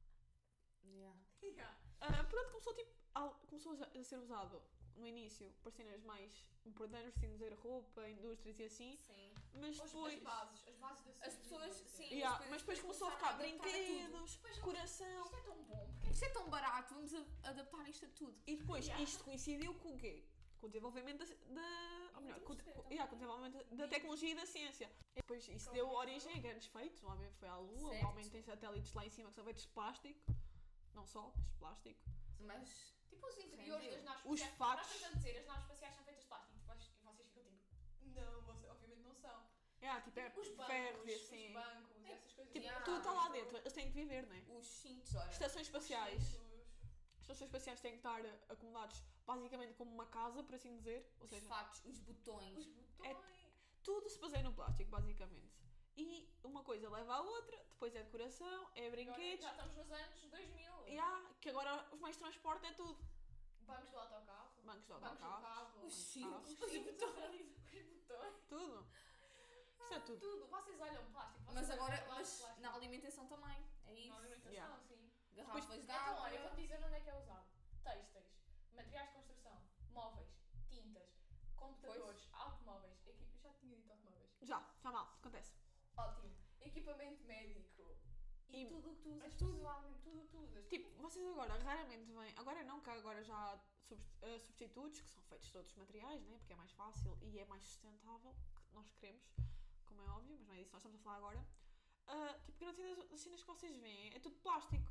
Yeah. Yeah. Ah, pronto, começou, tipo, al- começou a a ser usado no início por cenas mais importantes, assim dizer roupa, indústrias e assim, Sim. mas Os- depois. As bases, as bases da As pessoas, sobrevivência. sim. Yeah, as coisas mas depois depois começou a ficar começaram a adaptar a tudo. brinquedos, Depois- decoração. Isto é tão bom, porque Isto é tão barato, vamos a- adaptar isto a tudo. E depois Yeah. isto coincidiu com o quê? Com o desenvolvimento da. da ou melhor, com, indústria com- também. yeah, com o desenvolvimento da tecnologia e da ciência. E depois isso Com deu isso. origem a grandes feitos. O homem foi à lua, Certo. o homem tem satélites lá em cima que são feitos de plástico. Não só, mas de plástico. Mas. tipo os interiores Rendeu. das naves Os espaciais. fatos. Nós estamos a dizer, as naves espaciais são feitas de plástico, depois, e vocês ficam tipo, não, você, obviamente não são. Yeah, tipo, é Os bancos, ferros e os assim. bancos, essas coisas. Tipo, Yeah. tudo está lá dentro. Eles têm que viver, não é? Os cintos, olha. Estações espaciais. Os- As estações espaciais têm que estar acomodados basicamente como uma casa, por assim dizer. Ou Os seja, fatos, os botões. Os botões. tudo se baseia no plástico, basicamente. E uma coisa leva à outra, depois é decoração, é Agora brinquedos. já estamos nos anos dois mil. E há, que agora os meios de transporte é tudo. Bancos do autocarro. Bancos de Bancos do autocarro, carro. Os Os cintos. Os botões. Os botões. tudo. Isso é tudo. Tudo. Vocês olham plástico. vocês Mas olham agora, para lá de mas plástico. na alimentação também. É Na isso. alimentação, Yeah. sim. Garrafas de Então, água. olha, eu vou-te dizer onde é que é usado. Têxteis, materiais de construção, móveis, tintas, computadores, automóveis. Equi... Eu já tinha dito automóveis. Já, está mal, acontece. Ótimo. Equipamento médico. E, E- tudo o que tu usas é tudo. pessoalmente. Tudo o que tu usas. Tipo, vocês agora raramente vêm. Agora não, que agora já há subst- eh, substitutos que são feitos de outros materiais, né? Porque é mais fácil e é mais sustentável, que nós queremos, como é óbvio, mas não é disso que nós estamos a falar agora. Ah, tipo, grande das das cenas que vocês veem é tudo plástico.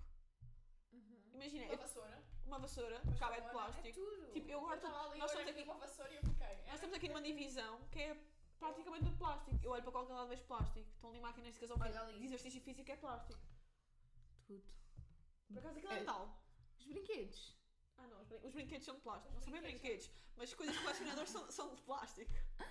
Uhum. Imagina, Uma é vassoura. uma vassoura, Uma cabo é de escovona, É plástico. tudo. Tipo, eu Eu agora tô- estava ali, nós eu estamos olhei aqui, uma vassoura e eu fiquei. nós estamos aqui numa divisão que é praticamente de plástico. Eu olho para qualquer lado e vejo plástico. Estão ali máquinas de casal Olha ali. de exercício físico é plástico. Tudo. Por acaso aquilo é É. metal. Os brinquedos. Ah não, os, brin- os brinquedos são de plástico. Os Não são bem brinquedos brinquedos, mas coisas de colecionadores são, são de plástico.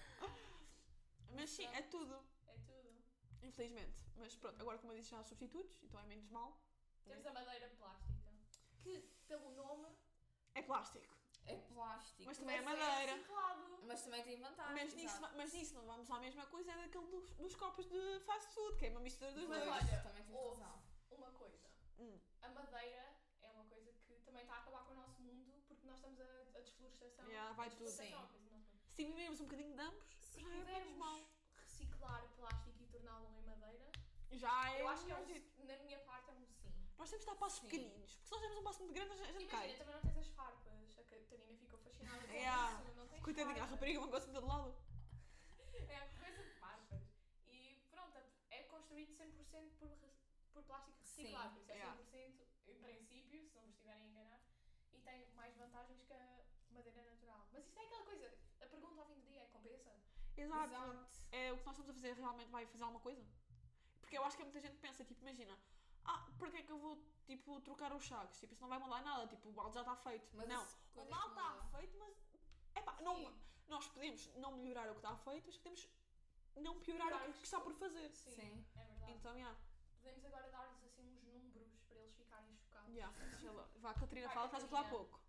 Mas sim, é tudo. É tudo. Infelizmente. Mas pronto, agora como eu disse já há substitutos, então é menos mal. Temos a madeira plástica. Que, pelo nome, É plástico. É plástico. Mas também é vai ser madeira. reciclado. Mas também tem vantagem. Mas nisso, exato. mas nisso não vamos à mesma coisa, é daquele dos, dos copos de fast food, que é uma mistura dos Mas dois. olha, também tens houve razão. uma coisa. Hum. A madeira é uma coisa que também está a acabar com o nosso mundo porque nós estamos a, a desflorestação. Yeah, vai a tudo. desflorestação é Sim. uma coisa do nosso mundo. Se diminuirmos um bocadinho de ambos, se Já é menos mau. pudermos reciclar plástico e torná-lo em madeira, Já é. eu acho que é um, melhor. na minha parte é um sim. Nós temos de dar passos Sim. pequeninos, porque se nós demos um passo muito grande, a gente Imagina, cai. também não tens as farpas. A Catarina ficou fascinada com Yeah. isso. Não tens Coitadinha, a farpas. rapariga não gosta de todo lado. É a coisa de farpas. E pronto, é construído cem por cento por, re- por plástico reciclado. Por isso é yeah. cem por cento em princípio, se não vos estiverem a enganar. E tem mais vantagens que a madeira natural. Mas isto é aquela coisa, a pergunta ao fim do dia é: compensa? Exato. Exato. É, o que nós estamos a fazer realmente vai fazer alguma coisa? Porque eu acho que muita gente pensa, tipo, imagina, ah, porquê é que eu vou, tipo, trocar os sacos? Tipo, isso não vai mudar nada, tipo, o balde já está feito. Mas não, isso, o quando é balde que está muda? feito, mas, epá, não, Sim. nós podemos não melhorar o que está feito, mas podemos não piorar Piorar o o que, que está por fazer. Sim, Sim. é verdade. Então, já, Podemos agora dar-lhes assim uns números para eles ficarem chocados. já, sei lá. Vá, a Catarina Vai, fala, estás a falar Catarina. pouco.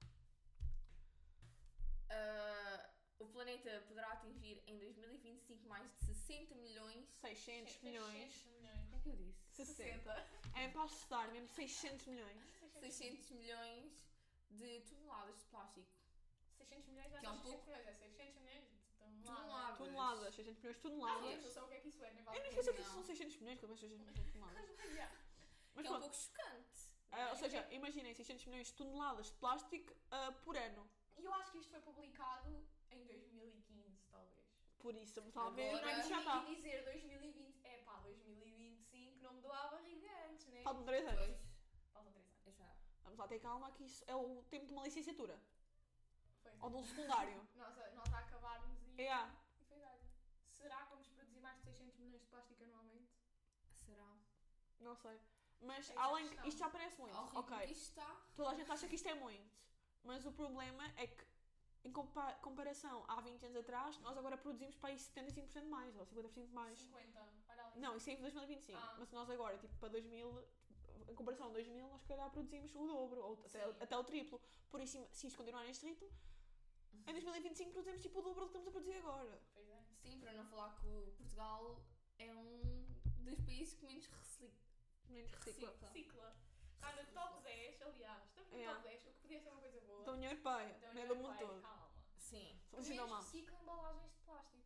Ah, o planeta poderá atingir em dois mil e vinte e cinco mais de sessenta milhões. seiscentos seiscentos milhões. milhões. O que é que eu disse? sessenta. É para assustar, mesmo seiscentos milhões. seiscentos milhões de toneladas de plástico. seiscentos milhões não é Que é um só seiscentos pouco- milhões, é seiscentos milhões de toneladas. Toneladas. Toneladas, seiscentos milhões de Ah, toneladas. eu só o que é que isso é, nem vale Eu nem a pena. sei se isso Não. são seiscentos milhões, que eu vejo seiscentos milhões de toneladas. Yeah. Mas Que é um pronto. pouco chocante. Ah, ou seja, imaginem seiscentos milhões de toneladas de plástico ah, por ano. E eu acho que isto foi publicado em dois mil e quinze, talvez. Por isso, talvez Agora- não E já está. e dizer dois mil e vinte, é pá, dois mil e vinte e cinco não me dou à barriga antes, né? Faltam três anos. Pois. Faltam três anos. Exato. Vamos lá ter calma que isso é o tempo de uma licenciatura. Foi. Ou de um secundário. Nós, a- nós a acabarmos e, Yeah. e foi dar. Será que vamos produzir mais de seiscentos milhões de plástico anualmente? Será? Não sei. Mas É essa além a que questão. isto já parece muito. Ao ritmo Ok. que isto está. Toda a gente acha que isto é muito. Mas o problema é que, em compa- comparação há vinte anos atrás, nós agora produzimos para aí setenta e cinco por cento mais, ou cinquenta por cento mais. cinquenta, olha ali. Não, isso é em dois mil e vinte e cinco. Ah. Mas nós agora, tipo, para dois mil, em comparação a dois mil, nós se calhar produzimos o dobro, ou até, Sim. até o triplo. Por isso, se isto continuar neste ritmo, em dois mil e vinte e cinco produzimos tipo o dobro do que estamos a produzir agora. Pois é. Sim, para não falar que o Portugal é um dos países que menos recicla. Menos recicla. Recicla. Cicla. Está no top dez, aliás. Estamos no Yeah. top dez, o que podia ser uma coisa boa. Da União Europeia, Da não é União do mundo Europeia, todo. Calma. Sim. Somos Que ainda menos mal. reciclam embalagens de plástico.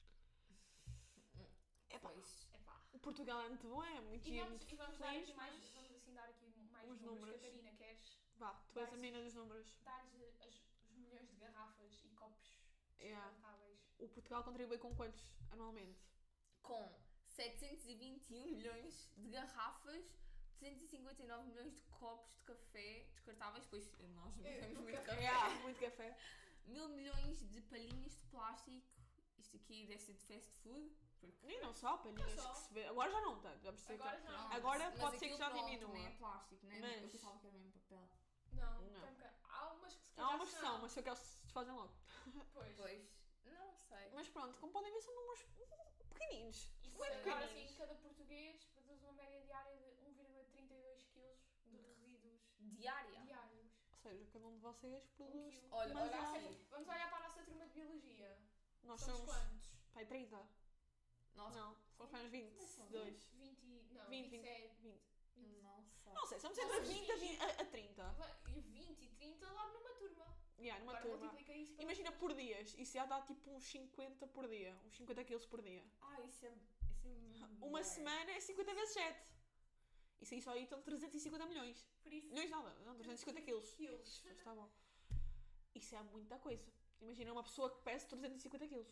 Epá, Pois. Epá. o Portugal é muito bom, é muito, E é vamos, muito e vamos dar feliz, aqui mais, mas- vamos assim dar aqui mais Os números. números. Catarina, queres Vá, tu és a Vai-se- menina dos números. dar-lhes as- os milhões de garrafas e copos Yeah. descartáveis? O Portugal contribui com quantos anualmente? Com setecentos e vinte e um milhões de garrafas, duzentos e cinquenta e nove milhões de copos de café descartáveis, pois nós É, bebemos o muito café. café. Yeah, muito café. Mil milhões de palhinhas de plástico. Isto aqui deve ser de fast food. Porque... E não só, palhinhas Não só. que se vê. Agora já não tanto, vamos dizer Agora que- já não. Agora Mas pode ser que aquilo, já pronto, diminua. também é plástico, né? Mas- Eu pensava que era mesmo papel. Não, Não. tem um bocado. Há umas que se Há calhar umas que são, mas se eu quero se desfazem logo. Pois. Pois. Não sei. Mas pronto, como podem ver, são números pequenininhos. E Bué se agora pequeninos. sim, cada português produz uma média diária de um vírgula trinta e dois quilos de resíduos Diária. diários. Ou seja, cada um de vocês produz. quilo. Olha, Mas olha há- assim. Vamos olhar para a nossa turma de biologia. Nós somos, somos. quantos? Pai, trinta. Nossa, Não, somos para uns vinte. dois. vinte, não, vinte, vinte e sete. vinte. não sei. Não sei, somos Nós entre somos vinte a, vinte. vinte a, a trinta. E vinte e trinta logo numa turma. Yeah, numa Agora turma. multiplica isso pela- Imagina por dias, isso já dá tipo uns cinquenta por dia. Uns cinquenta quilos por dia. Ah, isso é. Isso é muito Uma bué. semana é cinquenta vezes sete. Isso aí só aí estão trezentos e cinquenta milhões. Por isso, Milhões nada, não, trezentos e cinquenta quilos. quilos. Mas está bom. Isso é muita coisa. Imagina uma pessoa que pesa trezentos e cinquenta quilos.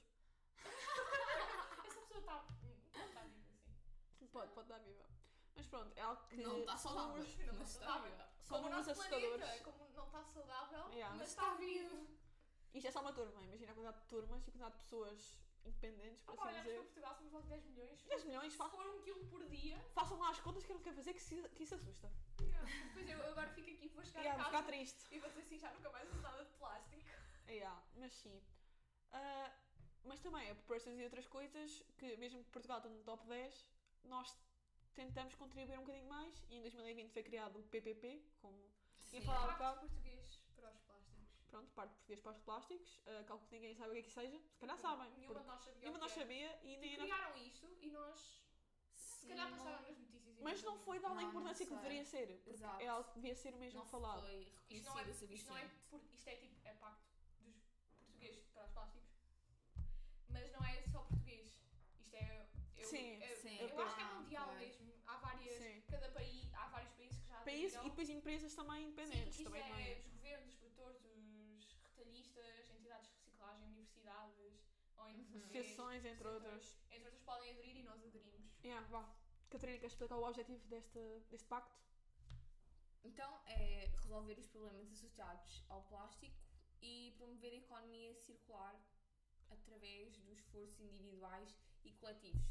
Essa pessoa está. Não está viva assim. Pode, pode dar viva. Mas pronto, é algo que. Não está são saudável. números- Não Mas está está viva. viva. São Como o números nosso assustadores. planeta, como não está saudável, Yeah. mas está vivo. Isto é só uma turma. Imagina a quantidade de turmas e a quantidade de pessoas independentes, por Opa, assim olhamos para dizer. Portugal, somos logo dez milhões. dez milhões, Se fa for um quilo por dia, façam lá as contas que eu não quero fazer, que, se, que isso assusta. depois eu agora fico aqui, vou chegar Yeah, a vou casa ficar triste. e vou dizer assim, já nunca mais uso nada de plástico. Yeah, mas sim. Ah, mas também é por estas e outras coisas que, mesmo que Portugal esteja no top dez, nós tentamos contribuir um bocadinho mais e em dois mil e vinte foi criado o P P P, como tinha Sim. falado há Pacto bocado. português para os plásticos. Pronto, parte português para os plásticos. Uh, calculo que ninguém sabe o que é que seja. Se calhar Não, sabem. Nenhuma porque de nós sabia. nenhuma o de nós que era. sabia e E nem. criaram isto e nós, se calhar, Sim, passaram não- nas notícias. e Mas não foi dada a Não, não importância que sei. deveria ser. Porque Exato. é algo que devia ser mesmo Não falado. foi Isto não é, reconhecido o isto não é, suficiente. por, isto é tipo, é pacto dos portugueses para os plásticos. Mas mas não é só português. Isto é... Eu, Sim, eu, sim. eu, Eu acho que é penso- mundial Ah, ok. mesmo. Há várias... Sim. Cada país... Há vários países que já País aderiram. e depois empresas também Sim, independentes. porque isto Também não é é. os governos, os produtores, os retalhistas, entidades de reciclagem, universidades, O N G, Associações, entre setores, outras. entre outras podem aderir e nós aderimos. Yeah, vá. Catarina, queres explicar o objetivo deste, deste pacto? Então é resolver os problemas associados ao plástico e promover a economia circular através dos esforços individuais e coletivos.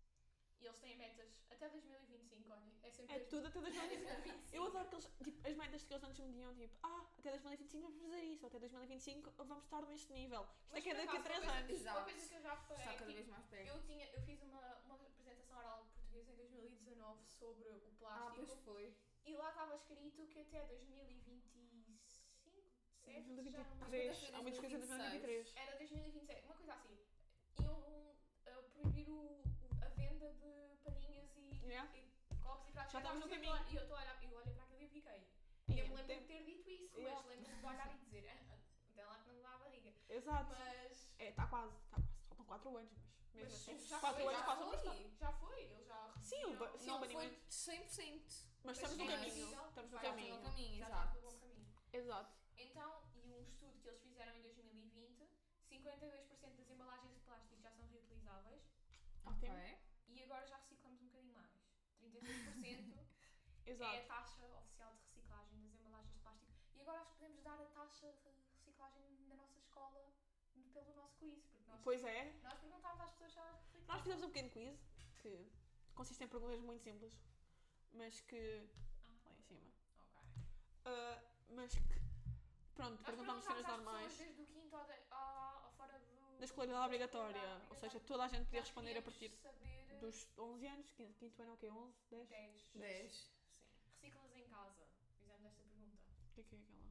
E eles têm metas até dois mil e vinte e cinco, olha. É sempre É dois- tudo até dois mil e vinte e cinco. dois mil e vinte e cinco. Eu adoro que eles, tipo, as metas que eles antes me diziam, tipo, ah, até dois mil e vinte e cinco vamos fazer isso, ou até dois mil e vinte e cinco vamos estar neste nível. Isto é Mas, que é por daqui a acaso, três uma coisa- anos. Exato. Uma coisa que eu já reparei, Está cada tipo, vez mais perto. eu, tinha, eu fiz uma, uma apresentação oral de português em dois mil e dezanove sobre o Ah, pois plástico foi. e lá estava escrito que até dois mil e vinte e cinco, sete, já não me lembro. dois mil e vinte e três, há muitas coisas em dois mil e vinte e três. Era dois mil e vinte e sete, uma coisa assim. Iam uh, proibir o, o- a venda de palhinhas e, Yeah. e copos e pratos. Já estamos no e eu caminho. tô- E eu estou a olhar, eu olhei para aquilo e fiquei. E E eu é me lembro tempo. de ter dito isso, Yeah. mas lembro-me de olhar e dizer, ah, ah, até lá que não me dá a barriga. Exato. Mas. É, está quase, está quase. Faltam quatro anos, mas mesmo Mas assim. já quatro foi, anos já passam foi, bastante. já foi, eles já Sim, o ba- reduziram. sim, Não o foi banimento. cem por cento. Mas Mas estamos no é caminho. possível, Estamos no vai, caminho. no caminho, Já exato. está pelo bom caminho. Exato. Então, e um estudo que eles fizeram em dois mil e vinte, cinquenta e dois por cento das embalagens de plástico já são reutilizáveis Ótimo. Ok. e agora já reciclamos um bocadinho mais. trinta e dois por cento é a Exato. taxa oficial de reciclagem das embalagens de plástico. E agora acho que podemos dar a taxa de reciclagem na nossa escola pelo nosso quiz, porque nós, Pois é. nós perguntámos às pessoas se elas reciclavam. Nós fizemos um pequeno quiz que consiste em perguntas muito simples, mas que. Ah, Lá em cima. ok. Ah, mas que. Pronto, Nós perguntámos perguntámos cenas às normais. pessoas desde o quinto ao, de, ao, ao fora do... Da escolaridade obrigatória. Ou seja, toda a gente podia Nós responder a queríamos partir saber dos onze anos. Quinto, quinto ano é o quê? onze? dez? dez. dez. Sim. Reciclas em casa. Fizemos esta pergunta. O que é que é aquela?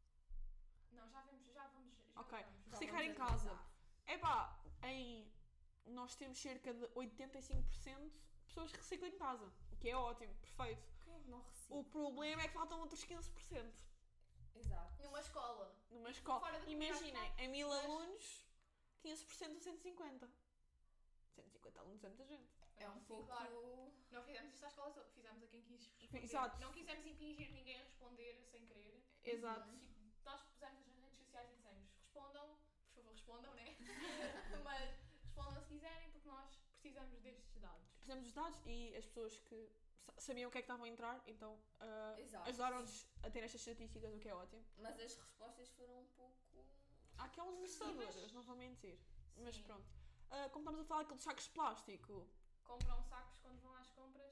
Não, já vamos, já vamos. Já Ok. vamos. Já Reciclar vamos em casa. analisar. Epá, em. Nós temos cerca de oitenta e cinco por cento de pessoas que reciclam em casa. O que é ótimo, perfeito. Quem é que não recicla? O problema é que faltam outros quinze por cento. Exato. Numa escola. Numa escola. Fora da comunidade Imaginem, em mil mas- alunos, quinze por cento de cento e cinquenta. cento e cinquenta alunos é muita gente. É um pouco. Claro. Não fizemos isto à escola toda, fizemos a quem quis responder. Exato. Não quisemos impingir ninguém a responder sem querer. Exato. Tipo, nós pusemos nas redes sociais e dissemos respondam, por favor respondam, né? Mas respondam se quiserem porque nós precisamos destes dados. Precisamos dos dados e as pessoas que sa- sabiam o que é que estavam a entrar, então ah, Exato. ajudaram-nos a ter estas estatísticas, o que é ótimo. Mas as respostas foram um pouco. Há aquelas assustadoras, Mas- não vou mentir. Mas Sim. pronto. Ah, como estamos a falar daqueles sacos de plástico, Compram sacos quando vão às compras.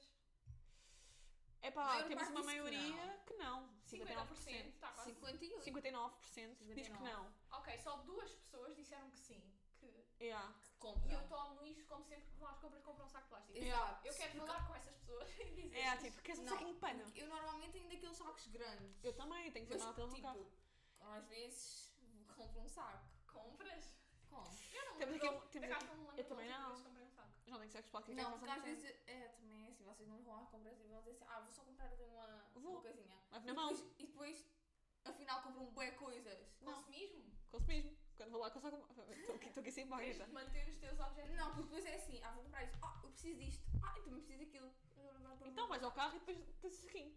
é pá, Maior temos parte uma diz que maioria que não. cinquenta cinquenta e nove por por cento. cento. Está quase. cinquenta e oito. cinquenta e nove por cento diz que cinquenta e nove. não. Ok, só duas pessoas disseram que sim. Que... Yeah. Que E compram. eu tomo isso como sempre que vão às compras compram um saco de plástico. Exato. Eu quero Porque- falar com essas pessoas e dizer. É, tipo, queres um Não, saquinho de pano? porque eu normalmente tenho daqueles sacos grandes. Eu também, tenho que Mas, ser mal no carro. tipo, às vezes compro um saco. Compras? Com. Eu não Temos lembro aqui de- um- temos por acaso aqui- não me lembro eu também de não. vezes comprei um saco. Já tenho sacos de plástico. Não, já porque às faz vezes é também é assim, vocês não vão às compras e vão dizer assim, ah, vou só comprar ali uma, Vou. uma coisinha. Leve na E mão. depois, e depois, afinal, compram bué coisas. Não. Consumismo? Consumismo. Quando vou lá, consigo. Estou aqui, estou aqui sem Tens barreira. de manter os teus objetivos. Não, porque depois é assim, ah, vou comprar isto, ah, eu preciso disto, ah, eu também preciso daquilo. Então vais ao carro e depois tens o saquinho.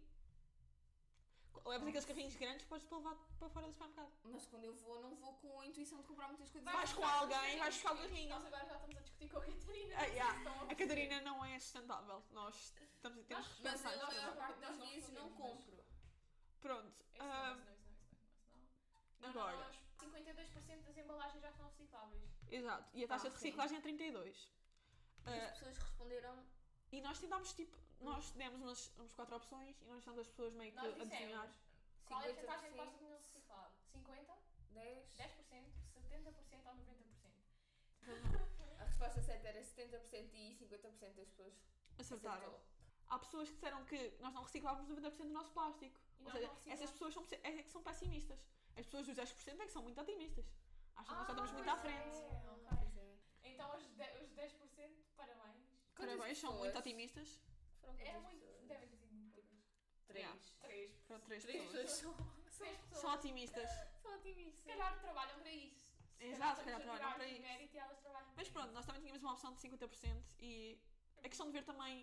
Levas aqueles carrinhos grandes que podes levar para fora do supermercado. Mas quando eu vou, não vou com a intuição de comprar muitas coisas. Vais com buscar os alguém, carrinhos vais buscar o pequenos. carrinho. Nós agora já estamos a discutir com a Catarina. Ah, yeah. Estão A perceber. Catarina não é sustentável. Nós estamos a ter Nós- que Mas pensar. eu, a maior nós- parte nós das não vezes não respondemos, mas- compro. Pronto. Esse não, ah, esse não, esse não, esse não, esse não. Não, Agora. não, nós- cinquenta e dois por cento das embalagens já são recicláveis. Exato. E a taxa Ah, de sim. reciclagem é trinta e dois. As Ah, pessoas responderam. e nós tentámos, tipo, nós demos umas, umas quatro opções e nós deixamos as pessoas meio que Nós adivinhar. dissemos qual é a cinquenta por porcentagem de cento. plástico não reciclado? cinquenta? dez. dez por cento? setenta por cento ou noventa por cento? A resposta certa era setenta por cento e cinquenta por cento das pessoas Acertaram. acertou. Há pessoas que disseram que nós não reciclávamos noventa por cento do nosso plástico. E Ou nós seja, não reciclamos. essas pessoas são, é que são pessimistas. As pessoas dos dez por cento é que são muito otimistas. Acham que nós já estamos muito à pois frente. é, Ah, ok. pois é. Então os, de, os dez por cento, parabéns. Quantas Parabéns, são pessoas? muito otimistas. Foram É quantas muito, pessoas? devem ter sido muito poucas. Três. Yeah. Três. Foram três Três pessoas. pessoas são, Três pessoas. São otimistas. são Se otimistas. calhar trabalham para isso. Exato, se calhar estamos a trabalham tirar para aqui isso. mérito e elas trabalham Mas para pronto, isso. nós também tínhamos uma opção de cinquenta por cento e é questão de ver também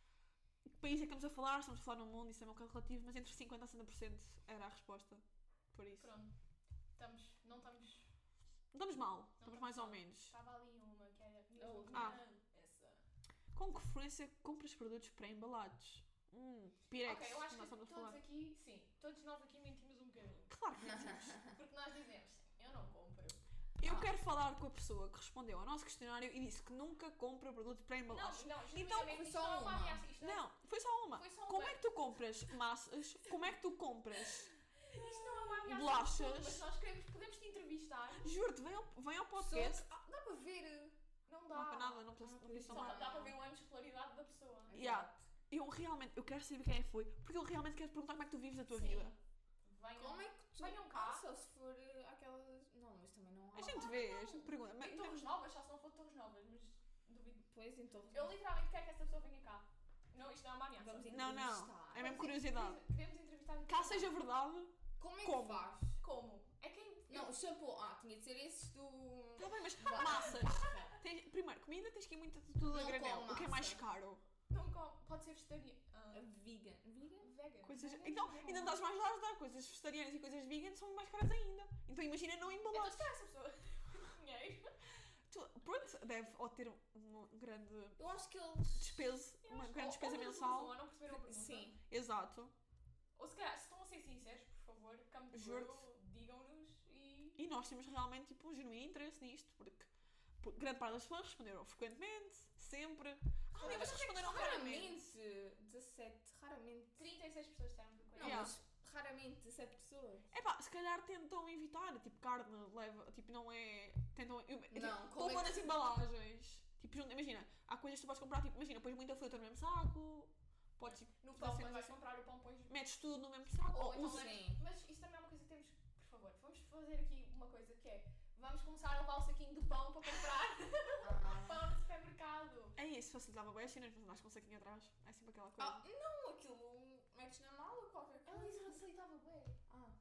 que país é que estamos a falar, estamos a falar no mundo, isso é um bocado relativo, mas entre cinquenta por cento a setenta por cento era a resposta. Por isso. Pronto. Estamos, não estamos... Não estamos mal, Não estamos estamos mais ou mal. menos. Estava ali uma que era mesmo A última. Ah. essa. Com que frequência compras produtos pré-embalados? Hum, Pirex, Ok, eu acho nós que estamos a todos falar. aqui, sim, todos nós aqui mentimos um bocadinho. Claro que mentimos. Porque nós dizemos, eu não compro. Eu Ah. quero falar com a pessoa que respondeu ao nosso questionário e disse que nunca compra produtos Não, pré-embalados. não, Então, genuinamente, foi isto só não é uma uma. ameaça. Isto não, Não, foi só uma. Foi só Como uma. é que tu compras massas? Como é que tu compras? Isto não é uma ameaça. Bolachas. absoluta, Mas nós queremos, podemos te entrevistar. Juro-te, vem ao, vem ao podcast. Só que- ah, dá para ver. Não dá. Não para nada, não precisa Ah, não pois precisa Só nada. dá para ver o ano de escolaridade da pessoa. Yeah. Eu realmente, eu quero saber quem é que foi, porque eu realmente quero perguntar como é que tu vives a tua Sim. vida. Venham. Como é que tu... Venham cá. Ah, só se for eh, aquelas... Não, mas também não há. A gente vê, a gente pergunta. Mas Em Torres Novas, só se não for Torres Novas, mas duvido. Pois, em Torres. Eu literalmente quero que essa pessoa venha cá. Não, isto não é uma ameaça. Vamos Não, não. entrevistar. É mesmo Vamos curiosidade. entrevistar- Queremos entrevistar aqui. Caso seja verdade, Como é Como? que faz? Como? É quem. Não, o shampoo. Ah, tinha de ser esses do... tá bem, mas Vá. massas. Tens- primeiro, comida tens que ir muito a tudo a Não granel. como O que é mais massa. caro? Não come. Pode ser vegetariano. A vegan. Vegan? Vegan. Coisas... Vegan Então, é bom. ainda estás mais lá a ajudar. Coisas vegetarianas e coisas vegan são mais caras ainda. Então imagina não Então, embalar. se calhar essa pessoa tem dinheiro. Tu, pronto, deve ou ter uma grande Eu acho que eles... despesa, Eu uma acho que grande ou- despesa ou não mensal. usam, ou não perceberam a pergunta. Sim. Exato. Ou se calhar, se estão a ser sinceros, por favor, come Juro-te. through, digam-nos e. E nós temos realmente tipo, um genuíno interesse nisto, porque por- grande parte das pessoas responderam frequentemente, sempre. Ah, Olha, mas mas responderam raramente. Raramente. dezassete. Raramente. trinta e seis pessoas disseram frequente. Não, Yeah. mas raramente dezassete pessoas. É pá, se calhar tentam evitar, tipo carne leva, tipo não é. Tentam. Eu, tipo, Não, estou como é a pôr que- nas embalagens. Tipo, junto- imagina, há coisas que tu podes comprar, tipo, imagina, pões muita fruta no mesmo saco, podes tipo, No fazer pão, quando cenas vais assim. comprar o pão, pões. Metes tudo no mesmo saco, Ou ou então usas. Sim. Mas isso também é uma coisa que temos. Por favor, vamos fazer aqui uma coisa que é. Vamos começar a levar o saquinho de pão para comprar Ah. pão no supermercado. É isso, facilitava bem as cenas, mas andas com um saquinho atrás. É sempre aquela coisa. Ah, não, aquilo metes na mala ou qualquer Ela coisa. disse facilitava bem. Ah.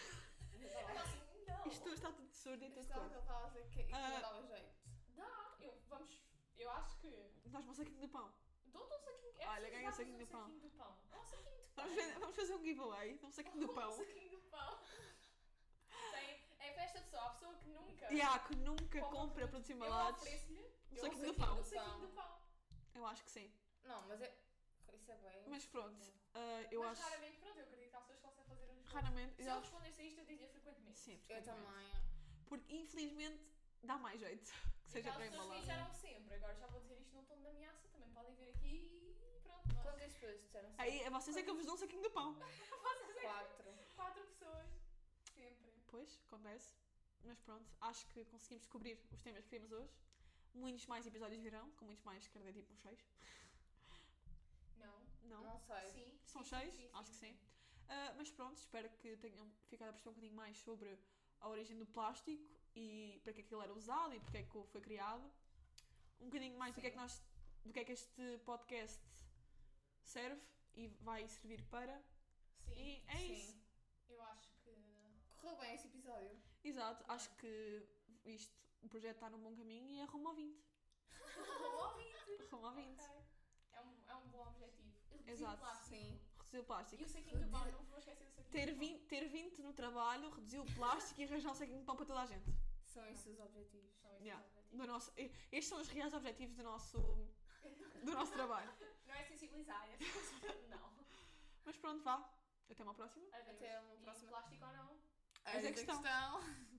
Ela assim, não. Isto está tudo surdo e tudo Estava coisa. que ele estava a dizer que que Ah. não dava jeito. Dá. Eu, vamos. Eu acho que. Dás-me um saquinho de pão. Dou-te um saquinho. É Olha, preciso ganha um dar-vos saquinho de pão. Um saquinho de pão. É um saquinho de pão. Vamos, ver- vamos fazer um giveaway de um saquinho de pão. Um saquinho de pão. Tem, é para esta pessoa, a pessoa que nunca. Yeah, que nunca compra compra produtos, produtos eu embalados. ofereço-lhe Um Eu saquinho de saquinho pão. um saquinho de pão. Eu acho que sim. Não, mas é. Isso é bem. Mas pronto, ah, eu Mas acho. raramente, pronto, eu acredito que há pessoas que possam fazer um esforço. Raramente. Se eu eu acho- respondesse a isto, eu dizia frequentemente. Sim, Eu frequentemente. também. Porque infelizmente dá mais jeito que seja Aquelas para pessoas que embalar. disseram sempre, agora já vou dizer isto num tom de ameaça, também podem vir aqui e pronto. Nós. Quantas pessoas disseram assim? Aí, a vocês é que eu vos dou um saquinho de pão. Vocês é que- Quatro. Quatro pessoas. Sempre. Pois, acontece. Mas pronto, acho que conseguimos cobrir os temas que queríamos hoje. Muitos mais episódios virão, com muitos mais, quero dizer, tipo uns seis. Não. Não? Não sei. Sim. São sim, seis? sim, sim, Acho que sim. Ah, mas pronto, espero que tenham ficado a perceber um bocadinho mais sobre a origem do plástico e para que aquilo era usado e porque é que foi criado. Um bocadinho mais do que é que nós, do que é que este podcast serve e vai servir para. Sim. E é Sim. isso. Eu acho que. Correu bem esse episódio. Exato, acho que isto, o projeto está num bom caminho e é rumo ao vinte. Bom ouvinte. Rumo ao vinte. Ok. É um, é um bom objetivo. Reduzir Exato, o plástico. Sim. Reduzir o plástico. E o saquinho de pão, não vou esquecer do saquinho Ter de pão. vinte, ter vinte no trabalho, reduzir o plástico e arranjar um saquinho de pão para toda a gente. São esses os objetivos. São estes Yeah. os objetivos. Do nosso, e- estes são os reais objetivos do nosso, do nosso trabalho. Não é sensibilizar, é sensibilizar. Não. Mas pronto, vá. Até uma próxima. Adeus. Até uma E próxima. plástico ou não? Essa é a Eis questão. questão.